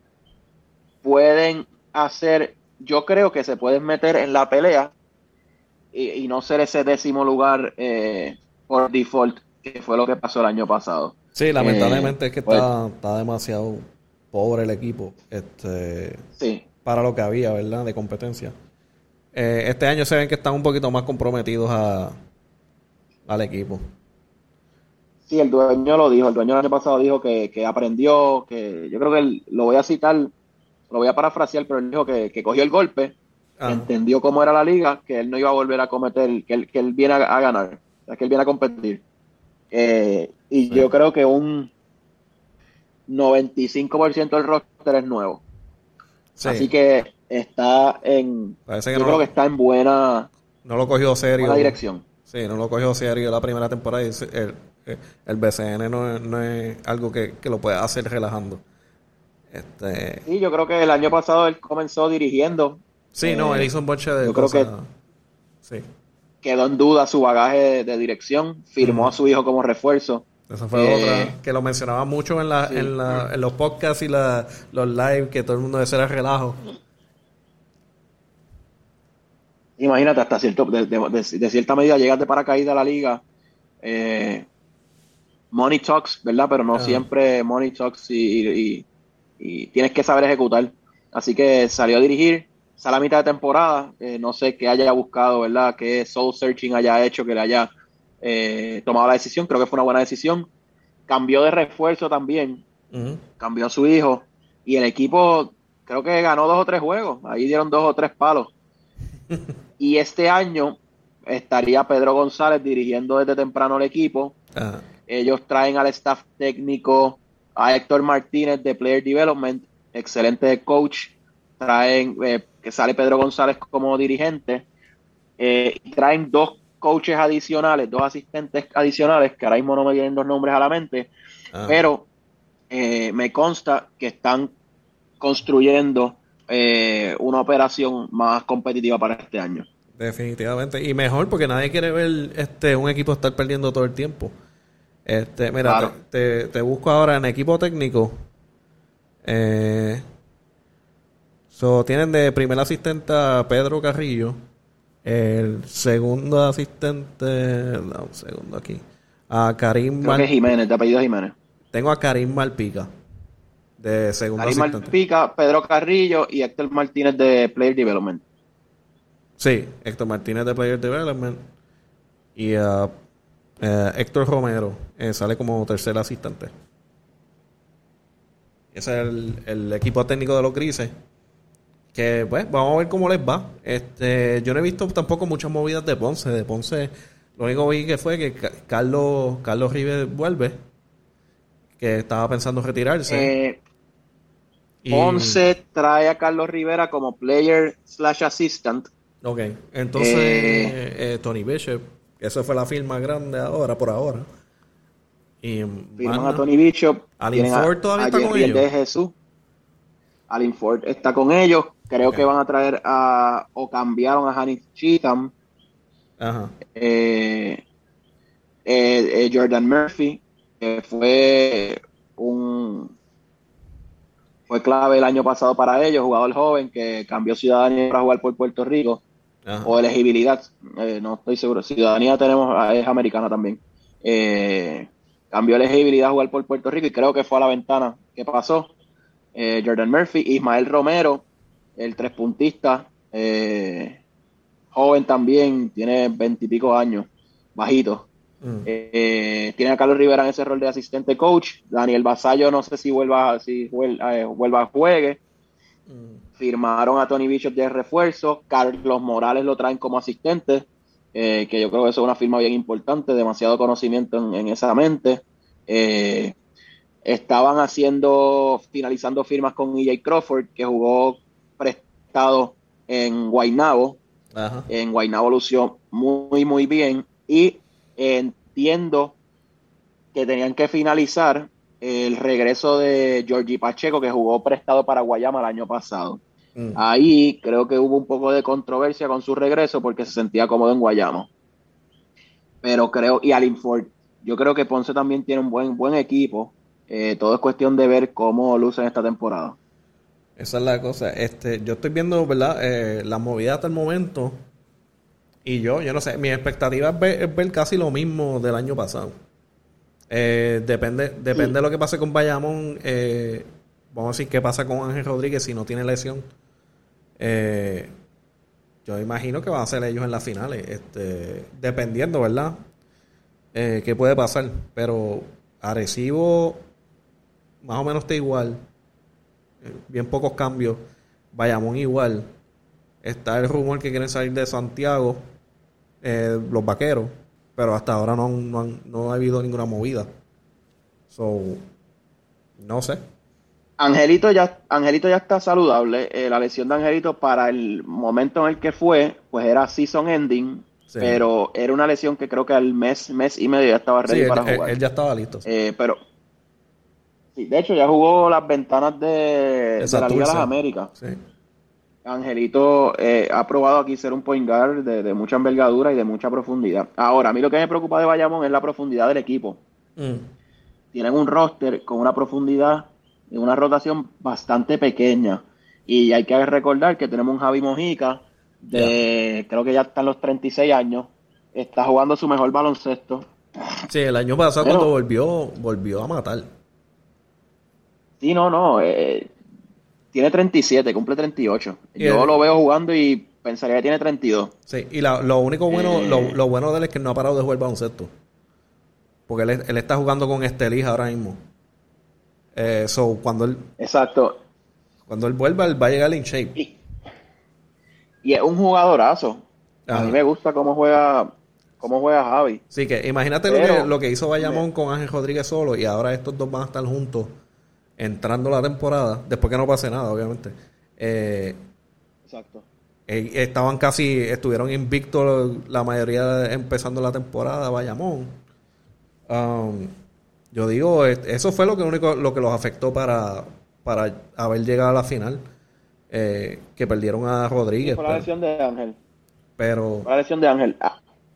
pueden hacer, yo creo que se pueden meter en la pelea y, y no ser ese décimo lugar eh, por default, que fue lo que pasó el año pasado. Sí, Eh, lamentablemente es que pues está, está demasiado pobre el equipo, este, sí, para lo que había, ¿verdad? De competencia. Eh, este año se ven que están un poquito más comprometidos a, al equipo. sí, el dueño lo dijo, el dueño el año pasado dijo que, que aprendió, que yo creo que él- lo voy a citar, lo voy a parafrasear, pero él dijo que, que cogió el golpe, que Ah, entendió cómo era la liga, que él no iba a volver a cometer, que él, que él viene a, a ganar, o sea, que él viene a competir. Eh, y sí. yo creo que un noventa y cinco por ciento del roster es nuevo. Sí, Así que está en, parece que yo no creo que lo, está en buena, no lo cogió buena serio. dirección. Sí, no lo cogió serio la primera temporada. Y se- el, el, el B C N no, es- no es algo que, que lo pueda hacer relajando. Este, Sí, yo creo que el año pasado él comenzó dirigiendo. sí, no, él Eh, hizo un bonche de yo creo que cosas. Sí. quedó en duda su bagaje de, de dirección, firmó a Mm. su hijo como refuerzo. Esa fue otra Eh, que lo mencionaba mucho en, la, en, sí, la, en los podcasts y la, los live, que todo el mundo decía era relajo. imagínate, hasta cierto, de, de- de- de cierta medida llegas de paracaídas a la liga. eh, Money talks, ¿verdad? Pero no Ah, siempre money talks y, y- y tienes que saber ejecutar. Así que salió a dirigir, sale a mitad de temporada. Eh, no sé qué haya buscado, ¿verdad? Qué soul searching haya hecho, que le haya eh, tomado la decisión. Creo que fue una buena decisión. Cambió de refuerzo también, ujú. cambió a su hijo y el equipo creo que ganó dos o tres juegos. Ahí dieron dos o tres palos. Y este año estaría Pedro González dirigiendo desde temprano el equipo. Ah, Ellos traen al staff técnico a Héctor Martínez de Player Development, excelente coach. Traen eh, que sale Pedro González como dirigente. Eh, y traen dos coaches adicionales, dos asistentes adicionales, que ahora mismo no me vienen los nombres a la mente, ah, pero eh, me consta que están construyendo eh, una operación más competitiva para este año. definitivamente. Y mejor porque nadie quiere ver este un equipo estar perdiendo todo el tiempo. Este, mira, te, Claro. te, te busco ahora en equipo técnico. Eh, so, tienen de primer asistente a Pedro Carrillo. El segundo asistente, no, un segundo aquí. A Karim Creo que es Mal, Jiménez, de apellido Jiménez. tengo a Karim Malpica de segundo Karim asistente. Malpica, Pedro Carrillo y Héctor Martínez de Player Development. Sí, Héctor Martínez de Player Development y a eh, Héctor Romero eh, sale como tercer asistente. Ese es el, el equipo técnico de los Grises. Que pues vamos a ver cómo les va. Este, yo no he visto tampoco muchas movidas de Ponce. De Ponce, lo único que vi que fue que Ca- Carlos Carlos River vuelve, que estaba pensando retirarse. Eh, Y Ponce trae a Carlos Rivera como player slash assistant. ok, entonces Eh, eh, Tony Bishop, esa fue la firma grande ahora por ahora. Y firman a Magna, Tony Bishop. Alin Tienen a, Ford todavía a está con Jerry el ellos. de Jesús. Alin Ford está con ellos. Creo Ok, que van a traer a, o cambiaron a Hanif Cheatham. ajá, Eh, eh, eh, Jordan Murphy, que fue un fue clave el año pasado para ellos, jugador joven que cambió ciudadanía para jugar por Puerto Rico, ajá. o elegibilidad, eh, no estoy seguro. Ciudadanía tenemos, es americana también. Eh, cambió elegibilidad a jugar por Puerto Rico y creo que fue a la ventana que pasó. Eh, Jordan Murphy, Ismael Romero, el tres puntista, eh, joven también, tiene veintipico años, bajito. Mm. Eh, tiene a Carlos Rivera en ese rol de asistente coach. Daniel Vasallo no sé si vuelva, si vuelva, eh, vuelva a juegue. Mm. Firmaron a Tony Bishop de refuerzo. Carlos Morales lo traen como asistente, eh, que yo creo que eso es una firma bien importante, demasiado conocimiento en, en esa mente. Eh, estaban haciendo, finalizando firmas con E J Crawford, que jugó prestado en Guaynabo. Ajá. En Guaynabo lució muy, muy bien. Y entiendo que tenían que finalizar el regreso de Georgie Pacheco, que jugó prestado para Guayama el año pasado. Mm. Ahí creo que hubo un poco de controversia con su regreso porque se sentía cómodo en Guayama. Pero creo, y Alin Ford, yo creo que Ponce también tiene un buen, buen equipo. Eh, todo es cuestión de ver cómo lucen esta temporada. Esa es la cosa. Este, yo estoy viendo, ¿verdad? Eh, la movida hasta el momento. Y yo, yo no sé, mi expectativa es ver, es ver casi lo mismo del año pasado. Eh, depende depende sí. de lo que pase con Bayamón. Eh, vamos a decir qué pasa con Ángel Rodríguez si no tiene lesión. Eh, yo imagino que van a ser ellos en las finales. Este, dependiendo, ¿verdad? Eh, qué puede pasar. Pero Arecibo más o menos está igual. Eh, bien pocos cambios. Bayamón igual. Está el rumor que quieren salir de Santiago, eh, los vaqueros, pero hasta ahora no, no, han, no ha habido ninguna movida. So, no sé. Angelito ya, Angelito ya está saludable. Eh, la lesión de Angelito para el momento en el que fue, pues era season ending, sí. Pero era una lesión que creo que al mes, mes y medio ya estaba ready sí, para él, jugar. Él ya estaba listo. Sí. Eh, pero sí, de hecho ya jugó las ventanas de, de la Liga de las Américas. Sí. Angelito eh, ha probado aquí ser un point guard de, de mucha envergadura y de mucha profundidad. Ahora, a mí lo que me preocupa de Bayamón es la profundidad del equipo. Mm. Tienen un roster con una profundidad y una rotación bastante pequeña. Y hay que recordar que tenemos un Javi Mojica de, yeah. creo que ya está en los treinta y seis años. Está jugando su mejor baloncesto. Sí, el año pasado Pero, cuando volvió, volvió a matar. Sí, no, no. Eh, Tiene treinta y siete, cumple treinta y ocho. Y Yo el... lo veo jugando y pensaría que tiene treinta y dos. Sí, y la, lo único bueno, eh... lo, lo bueno de él es que no ha parado de jugar baloncesto. Porque él, él está jugando con Estelí ahora mismo. Eh, so, cuando él... Exacto. Cuando él vuelva, él va a llegar en shape. Y, y es un jugadorazo. Ajá. A mí me gusta cómo juega cómo juega Javi. Sí, que imagínate Pero, lo, que, lo que hizo Bayamón me... con Ángel Rodríguez solo y ahora estos dos van a estar juntos entrando la temporada, después que no pase nada, obviamente. Eh, Exacto. Eh, estaban casi, estuvieron invictos la mayoría empezando la temporada, Bayamón. Um, yo digo, eso fue lo que único lo que los afectó para, para haber llegado a la final. Eh, que perdieron a Rodríguez. Fue la lesión de Ángel. Pero. Fue la lesión de Ángel. Ah.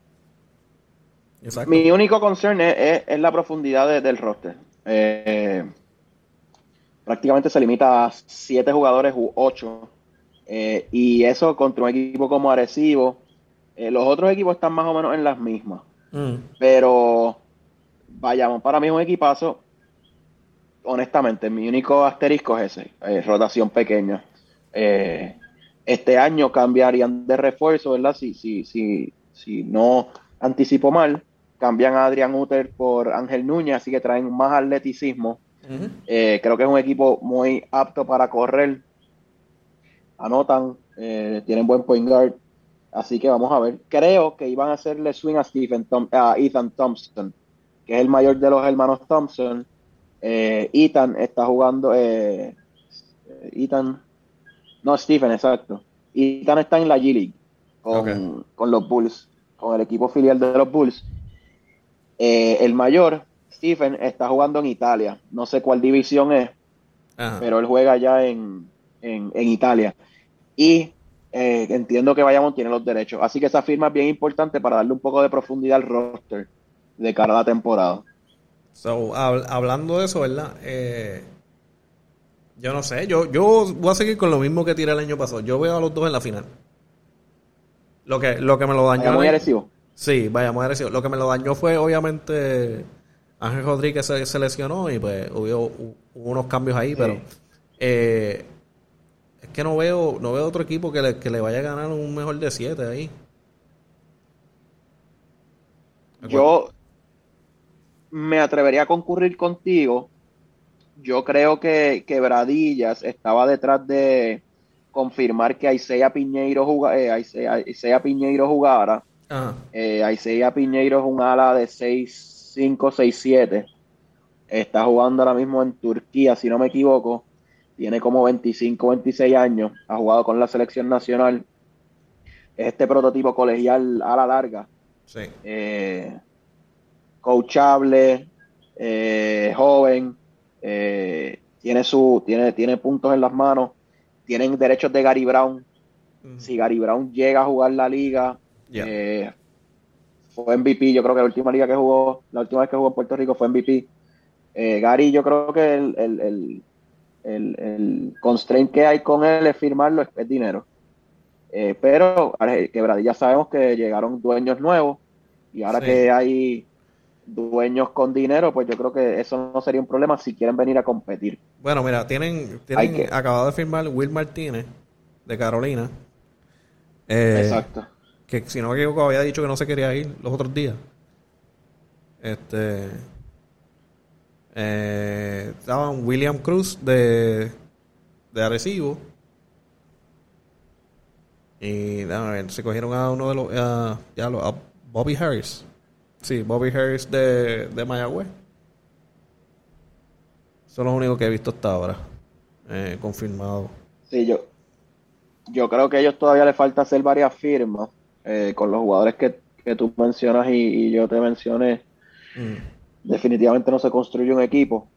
Exacto. Mi único concern es, es, es la profundidad de, del roster. Eh, prácticamente se limita a siete jugadores u ocho. Eh, y eso contra un equipo como Arecibo. Eh, los otros equipos están más o menos en las mismas. Mm. Pero vayamos, para mí es un equipazo. Honestamente, mi único asterisco es ese, eh, rotación pequeña. Eh, este año cambiarían de refuerzo, ¿verdad? Si, si, si, si no anticipo mal, cambian a Adrián Uter por Ángel Núñez, así que traen más atleticismo. Uh-huh. Eh, creo que es un equipo muy apto para correr. Anotan, eh, tienen buen point guard, así que vamos a ver. Creo que iban a hacerle swing a, Stephen Tom- a Ethan Thompson, que es el mayor de los hermanos Thompson. Eh, Ethan está jugando, eh, Ethan, no, Stephen, exacto. Ethan está en la G-League con, okay. con los Bulls, con el equipo filial de los Bulls. Eh, el mayor, Stephen, está jugando en Italia. No sé cuál división es, Ajá. pero él juega allá en, en, en Italia. Y eh, entiendo que Bayamón tiene los derechos. Así que esa firma es bien importante para darle un poco de profundidad al roster de cara a la temporada. So, hab- hablando de eso, ¿verdad? Eh, yo no sé, yo, yo voy a seguir con lo mismo que tiré el año pasado. Yo veo a los dos en la final. Lo que, lo que me lo dañó... ¿Vaya muy agresivo? Sí, vaya muy agresivo. Lo que me lo dañó fue, obviamente, Ángel Rodríguez se, se lesionó y pues hubo, hubo unos cambios ahí, sí. pero... Eh, es que no veo no veo otro equipo que le, que le vaya a ganar un mejor de siete ahí. Yo... me atrevería a concurrir contigo. Yo creo que, que Bradillas estaba detrás de confirmar que Isaiah Piñeiro, juga, eh, Isaiah, Isaiah Piñeiro jugara. Ajá. Eh, Isaiah Piñeiro es un ala de seis cinco, seis siete. Está jugando ahora mismo en Turquía, si no me equivoco. Tiene como veinticinco, veintiséis años. Ha jugado con la selección nacional. Es este prototipo colegial a la larga. Sí. Eh, coachable, eh, joven. Eh, tiene, su, tiene, tiene puntos en las manos. Tienen derechos de Gary Brown. Uh-huh. Si Gary Brown llega a jugar la liga, yeah. eh, fue M V P. Yo creo que la última liga que jugó, la última vez que jugó en Puerto Rico fue M V P. Eh, Gary, yo creo que el, el, el, el, el constraint que hay con él es firmarlo, es, es dinero. Eh, pero ya sabemos que llegaron dueños nuevos y ahora sí. que hay dueños con dinero, pues yo creo que eso no sería un problema si quieren venir a competir. Bueno, mira, tienen, tienen que... acabado de firmar Will Martínez de Carolina. Eh, Exacto. Que si no me equivoco había dicho que no se quería ir los otros días. Este... Eh, estaban William Cruz de, de Arecibo y a ver, se cogieron a uno de los uh, ya lo, a Bobby Harris, sí, Bobby Harris de, de Mayagüez. Son los únicos que he visto hasta ahora eh, confirmado. Sí, yo yo creo que a ellos todavía les falta hacer varias firmas eh, con los jugadores que, que tú mencionas y, y yo te mencioné. Mm. Definitivamente no se construye un equipo.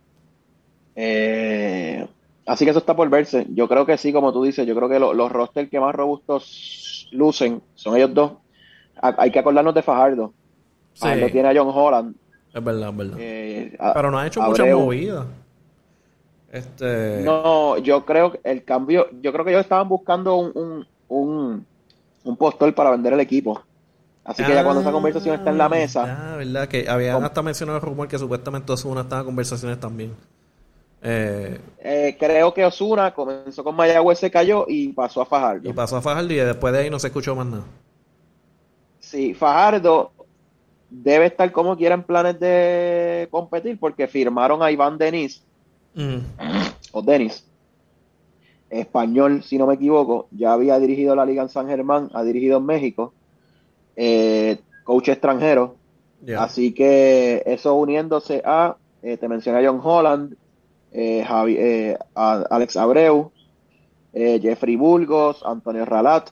Eh, así que eso está por verse. Yo creo que sí, como tú dices, yo creo que lo, los rosters que más robustos lucen son ellos dos. A, hay que acordarnos de Fajardo. Sí. Fajardo tiene a John Holland. Es verdad, es verdad. Eh, a, Pero no ha hecho muchas movidas. Este... No, yo creo que el cambio, yo creo que ellos estaban buscando un, un, un, un postor para vender el equipo. Así que ah, ya cuando esa conversación está en la mesa... Ah, verdad, que habían con, hasta mencionado el rumor que supuestamente Ozuna estaba en conversaciones también. Eh, eh, creo que Ozuna comenzó con Mayagüez, se cayó y pasó a Fajardo. Y pasó a Fajardo y después de ahí no se escuchó más nada. Sí, Fajardo debe estar como quiera en planes de competir porque firmaron a Iván Denis. Mm. O Denis. Español, si no me equivoco. Ya había dirigido la Liga en San Germán, ha dirigido en México. Eh, coach extranjero, yeah. Así que eso uniéndose a, eh, te mencioné a John Holland, eh, Javi, eh, a Alex Abreu, eh, Jeffrey Burgos, Antonio Ralat.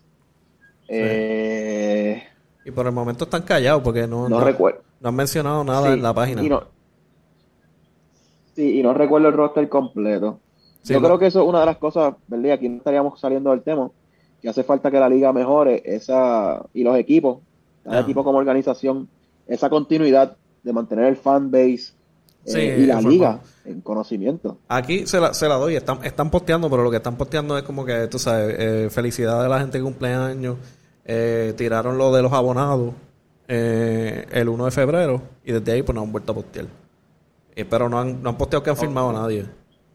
Eh, sí. Y por el momento están callados porque no, no, no, recuerdo. no han mencionado nada sí, en la página. Y no, sí, y no recuerdo el roster completo. Sí, Yo no. creo que eso es una de las cosas, ¿verdad? Aquí no estaríamos saliendo del tema, que hace falta que la liga mejore esa y los equipos. Cada ah. equipo como organización, esa continuidad de mantener el fan base sí, eh, y la liga en conocimiento. Aquí se la, se la doy, están, están posteando, pero lo que están posteando es como que, tú sabes, eh, felicidades a la gente que cumple años, eh, tiraron lo de los abonados eh, el primero de febrero y desde ahí pues no han vuelto a postear. Eh, pero no han, no han posteado que han okay. firmado a nadie.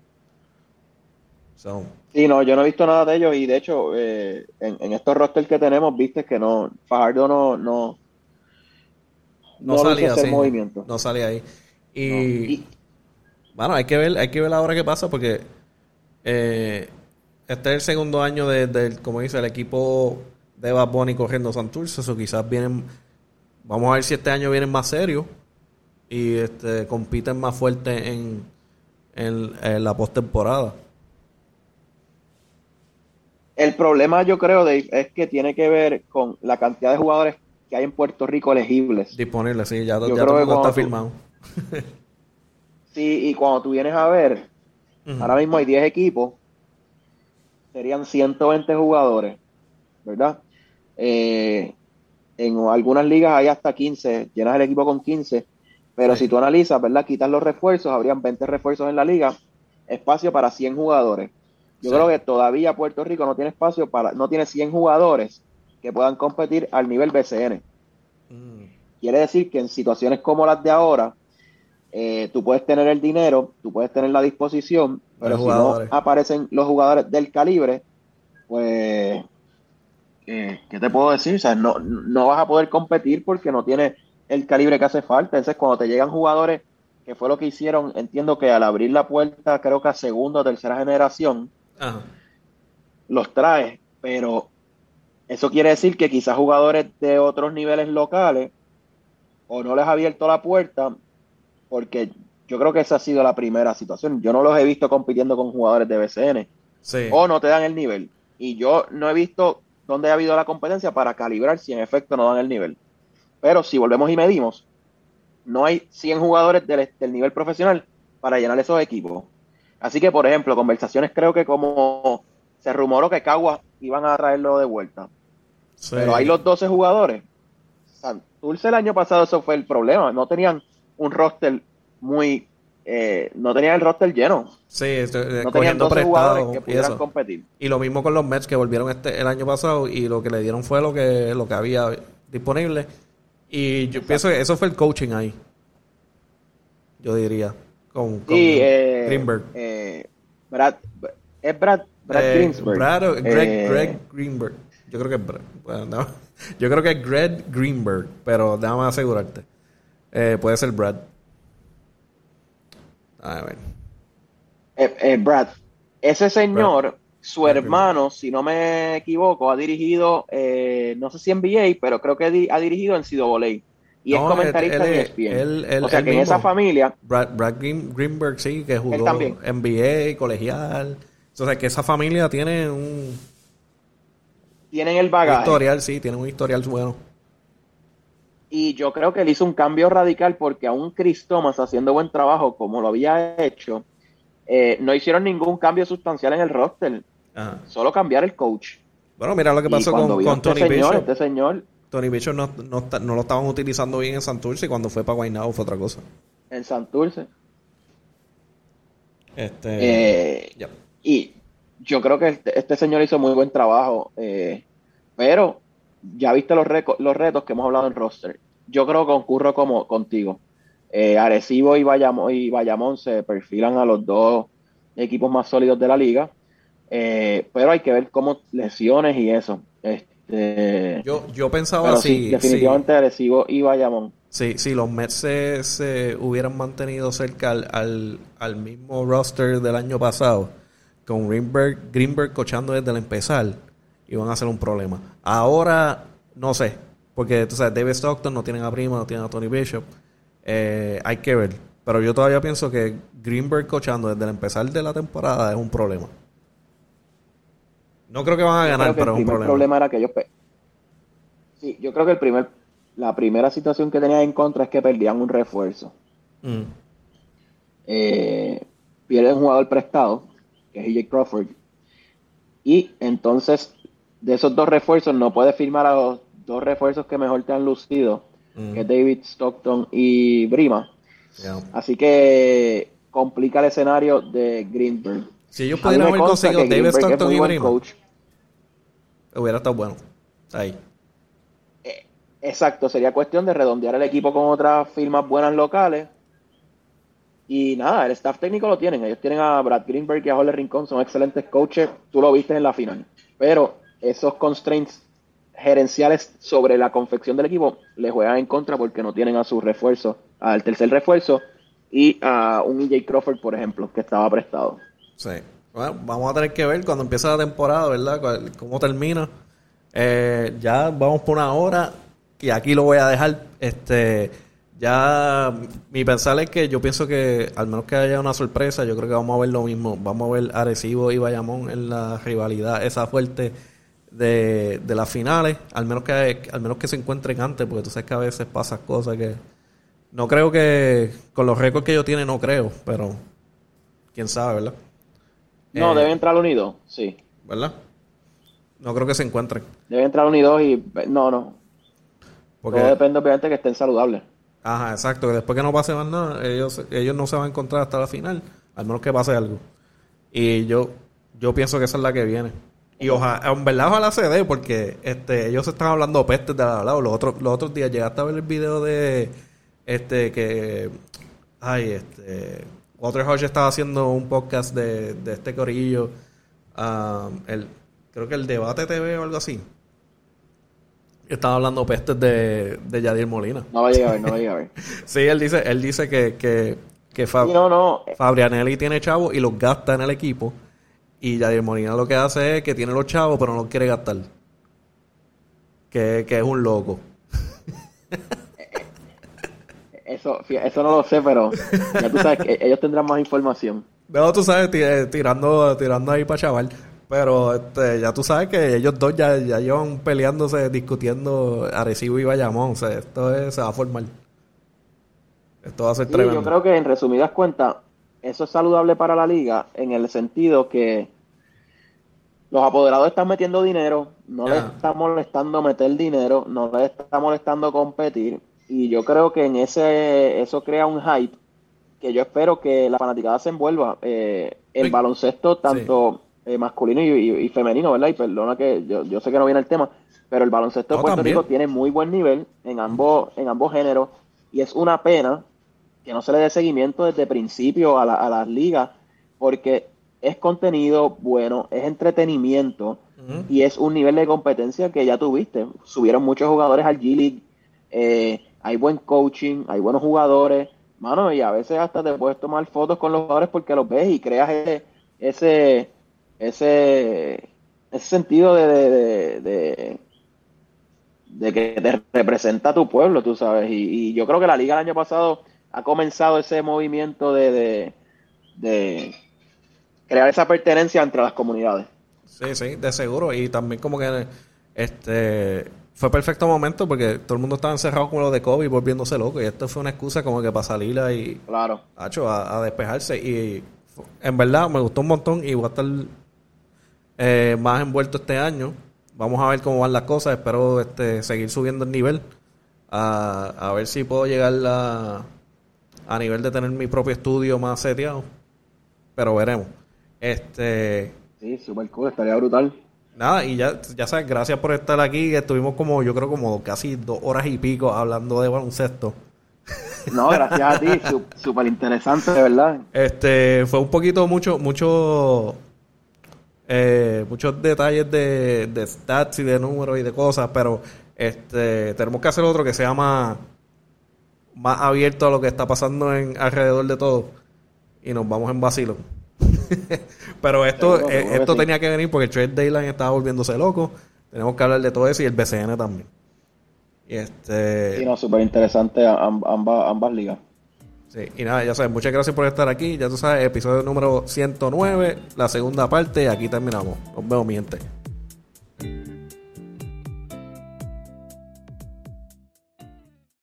So. Sí, no, yo no he visto nada de ellos y de hecho eh, en, en estos rosters que tenemos viste que no, Fajardo no no, no, no salía así, movimiento. No salía ahí. Y, no. y bueno, hay que ver, hay que ver ahora qué pasa porque eh, este es el segundo año de, de como dice el equipo de Bad Bunny corriendo Santurce, o quizás vienen, vamos a ver si este año vienen más serios y este compiten más fuerte en, en, en la postemporada. El problema, yo creo, Dave, es que tiene que ver con la cantidad de jugadores que hay en Puerto Rico elegibles. Disponibles, sí, ya, ya todo el mundo está tú, firmado. Sí, y cuando tú vienes a ver, uh-huh. ahora mismo hay diez equipos, serían ciento veinte jugadores, ¿verdad? Eh, en algunas ligas hay hasta quince, llenas el equipo con quince, pero sí. si tú analizas, ¿verdad? Quitas los refuerzos, habrían veinte refuerzos en la liga, espacio para cien jugadores. Yo sí. creo que todavía Puerto Rico no tiene espacio para, no tiene cien jugadores que puedan competir al nivel B C N. Mm. Quiere decir que en situaciones como las de ahora, eh, tú puedes tener el dinero, tú puedes tener la disposición, pero si no aparecen los jugadores del calibre, pues, eh, ¿qué te puedo decir? O sea, no, no vas a poder competir porque no tienes el calibre que hace falta. Entonces, cuando te llegan jugadores que fue lo que hicieron, entiendo que al abrir la puerta, creo que a segunda o tercera generación, Ajá. los trae, pero eso quiere decir que quizás jugadores de otros niveles locales o no les ha abierto la puerta, porque yo creo que esa ha sido la primera situación. Yo no los he visto compitiendo con jugadores de B C N Sí. o no te dan el nivel. Y yo no he visto dónde ha habido la competencia para calibrar si en efecto no dan el nivel. Pero si volvemos y medimos, no hay cien jugadores del, del nivel profesional para llenar esos equipos. Así que, por ejemplo, conversaciones creo que como se rumoró que Caguas iban a traerlo de vuelta. Sí. Pero hay los doce jugadores. Santurce el año pasado eso fue el problema. No tenían un roster muy... Eh, no tenían el roster lleno. Sí, estoy, No tenían cogiendo doce jugadores prestado que y pudieran eso. competir. Y lo mismo con los Mets que volvieron este el año pasado y lo que le dieron fue lo que lo que había disponible. Y yo Exacto. pienso que eso fue el coaching ahí. Yo diría. Con, con Sí, eh, Greenberg. Eh, Brad, es Brad, Brad Eh, Greensburg. Brad o- Greg, Eh, Greg Greenberg. Yo creo que es Brad. Bueno, no. Yo creo que es Greg Greenberg, pero déjame asegurarte. Eh, puede ser Brad. A ver. eh, eh, Brad. Ese señor, Brad. su Brad hermano, si no me equivoco, ha dirigido, eh, no sé si N B A, pero creo que di- ha dirigido en N C A A. Y es No, él, comentarista él, en es- E S P N. él, él, O sea él que en mismo, esa familia, Brad, Brad Green- Greenberg, sí, que él jugó también. N B A, colegial. O sea, que esa familia tiene un, Tienen el un bagaje. historial, sí, tiene un historial bueno. Y yo creo que él hizo un cambio radical porque aún Chris Thomas haciendo buen trabajo como lo había hecho, eh, no hicieron ningún cambio sustancial en el roster. Ajá. Solo cambiar el coach. Bueno, mira lo que Y pasó cuando con, vino con este Tony señor, Bishop. este señor Tony Bishop no, no, está- no lo estaban utilizando bien en Santurce y cuando fue para Guaynabo fue otra cosa. en Santurce. Este, Eh, ya. y yo creo que este, este señor hizo muy buen trabajo. eh, pero ya viste los, reco- los retos que hemos hablado en roster. Yo creo que concurro como contigo. Eh, Arecibo y Bayamón, y Bayamón se perfilan a los dos equipos más sólidos de la liga. Eh, pero hay que ver cómo lesiones y eso. Este, Yo, yo pensaba pero sí, si, si, definitivamente Arecibo y Bayamón. si, si los Mets se, se hubieran mantenido cerca al, al, al mismo roster del año pasado, con Greenberg, Greenberg coachando desde el empezar, iban a ser un problema. Ahora, no sé, porque tú sabes, David Stockton no tienen a Prima, no tienen a Tony Bishop. Eh, hay que ver. Pero yo todavía pienso que Greenberg coachando desde el empezar de la temporada es un problema. No creo que van a Yo ganar, creo que el pero es un primer problema. problema era que ellos... pe- Sí, yo creo que el primer, la primera situación que tenían en contra es que perdían un refuerzo. Mm. Eh, pierden un jugador prestado, que es E J Crawford, y entonces de esos dos refuerzos no puedes firmar a los dos refuerzos que mejor te han lucido, Mm. que es David Stockton y Brima. Yeah. Así que complica el escenario de Greenberg. Si ellos A mí pudieran me haber consta conseguido que David Greenberg es Stockton muy y buen Brima, coach. hubiera estado bueno. Ahí. Eh, Exacto, sería cuestión de redondear el equipo con otras firmas buenas locales. Y nada, el staff técnico lo tienen. Ellos tienen a Brad Greenberg y a Jorge Rincón, son excelentes coaches. Tú lo viste en la final. Pero esos constraints gerenciales sobre la confección del equipo le juegan en contra porque no tienen a su refuerzo, al tercer refuerzo y a un E J Crawford, por ejemplo, que estaba prestado. Sí. Bueno, vamos a tener que ver cuando empiece la temporada, ¿verdad? Cuál- Cómo termina. Eh, ya vamos por una hora y aquí lo voy a dejar. Este, ya mi pensar es que yo pienso que al menos que haya una sorpresa, yo creo que vamos a ver lo mismo. Vamos a ver Arecibo y Bayamón en la rivalidad esa fuerte de, de las finales, al menos que al menos que se encuentren antes, porque tú sabes que a veces pasan cosas que no creo que con los récords que ellos tienen no creo, pero quién sabe, ¿verdad? No, Eh, deben entrar unidos, sí. ¿Verdad? No creo que se encuentren. Deben entrar unidos y... No, no. Porque, Todo depende, obviamente, que estén saludables. ajá, exacto, que después que no pase más nada, ellos, ellos no se van a encontrar hasta la final, al menos que pase algo. Y yo, yo pienso que esa es la que viene. Y ojalá, en verdad ojalá se dé, porque este, ellos están hablando pestes de al lado. Los otros, los otros días llegaste a ver el video de este que ay, este Walter Hodge estaba haciendo un podcast de, de este corillo. Um, el, creo que el Debate T V o algo así. Estaba hablando pestes de, de Yadier Molina. No lo llegué a ver, no lo llegué a ver. Sí, él dice, él dice que, que, que Fab- Sí, no, no. Fabrianelli tiene chavos y los gasta en el equipo. Y Yadier Molina lo que hace es que tiene los chavos, pero no los quiere gastar. Que, que es un loco. Eso, eso no lo sé, pero ya tú sabes que ellos tendrán más información. No, tú sabes, t- tirando, tirando ahí para chaval. Pero este, ya tú sabes que ellos dos ya, ya llevan peleándose, discutiendo Arecibo y Bayamón. O sea, esto es- se va a formar. Esto va a ser Sí, tremendo. yo creo que en resumidas cuentas, eso es saludable para la liga en el sentido que los apoderados están metiendo dinero, no les Ajá. está molestando meter dinero, no les está molestando competir. Y yo creo que en ese eso crea un hype que yo espero que la fanaticada se envuelva. Eh, el Sí. baloncesto, tanto eh, masculino y, y- y femenino, ¿verdad? Y perdona que yo, yo sé que no viene el tema, pero el baloncesto No, de Puerto también. Rico tiene muy buen nivel en ambos, en ambos géneros. Y es una pena que no se le dé seguimiento desde principio a, la- a las ligas, porque es contenido bueno, es entretenimiento Ujú. y es un nivel de competencia que ya tuviste. Subieron muchos jugadores al G-League, eh, hay buen coaching, hay buenos jugadores, mano, y a veces hasta te puedes tomar fotos con los jugadores porque los ves y creas ese ese ese, ese sentido de, de, de, de, de que te representa a tu pueblo, tú sabes. Y, y yo creo que la liga el año pasado ha comenzado ese movimiento de, de, de crear esa pertenencia entre las comunidades. Sí, sí, de seguro. Y también como que este fue perfecto momento porque todo el mundo estaba encerrado con lo de COVID volviéndose loco. Y esto fue una excusa como que para salir ahí, Claro. hacho, a, a despejarse. Y en verdad me gustó un montón y voy a estar eh, más envuelto este año. Vamos a ver cómo van las cosas. Espero este seguir subiendo el nivel. A, a ver si puedo llegar a, a nivel de tener mi propio estudio más seteado. Pero veremos. Este... Sí, super cool, estaría brutal. Nada, y ya, ya sabes, gracias por estar aquí. Estuvimos como, yo creo, como casi dos horas y pico hablando de baloncesto. No, gracias a ti, súper interesante, de verdad. Este, fue un poquito, mucho, mucho, eh, muchos detalles de, de stats y de números y de cosas, pero este, tenemos que hacer otro que sea más, más abierto a lo que está pasando en alrededor de todo. Y nos vamos en vacilo. Pero esto, Seguro, eh, seguro esto que sí. tenía que venir porque el Trade Deadline estaba volviéndose loco. Tenemos que hablar de todo eso y el B C N también. Y este, Sí, no, súper interesante amb- ambas, ambas ligas. sí, y nada, ya sabes, muchas gracias por estar aquí. Ya tú sabes, episodio número ciento nueve, la segunda parte. Aquí terminamos. Nos vemos, mi gente.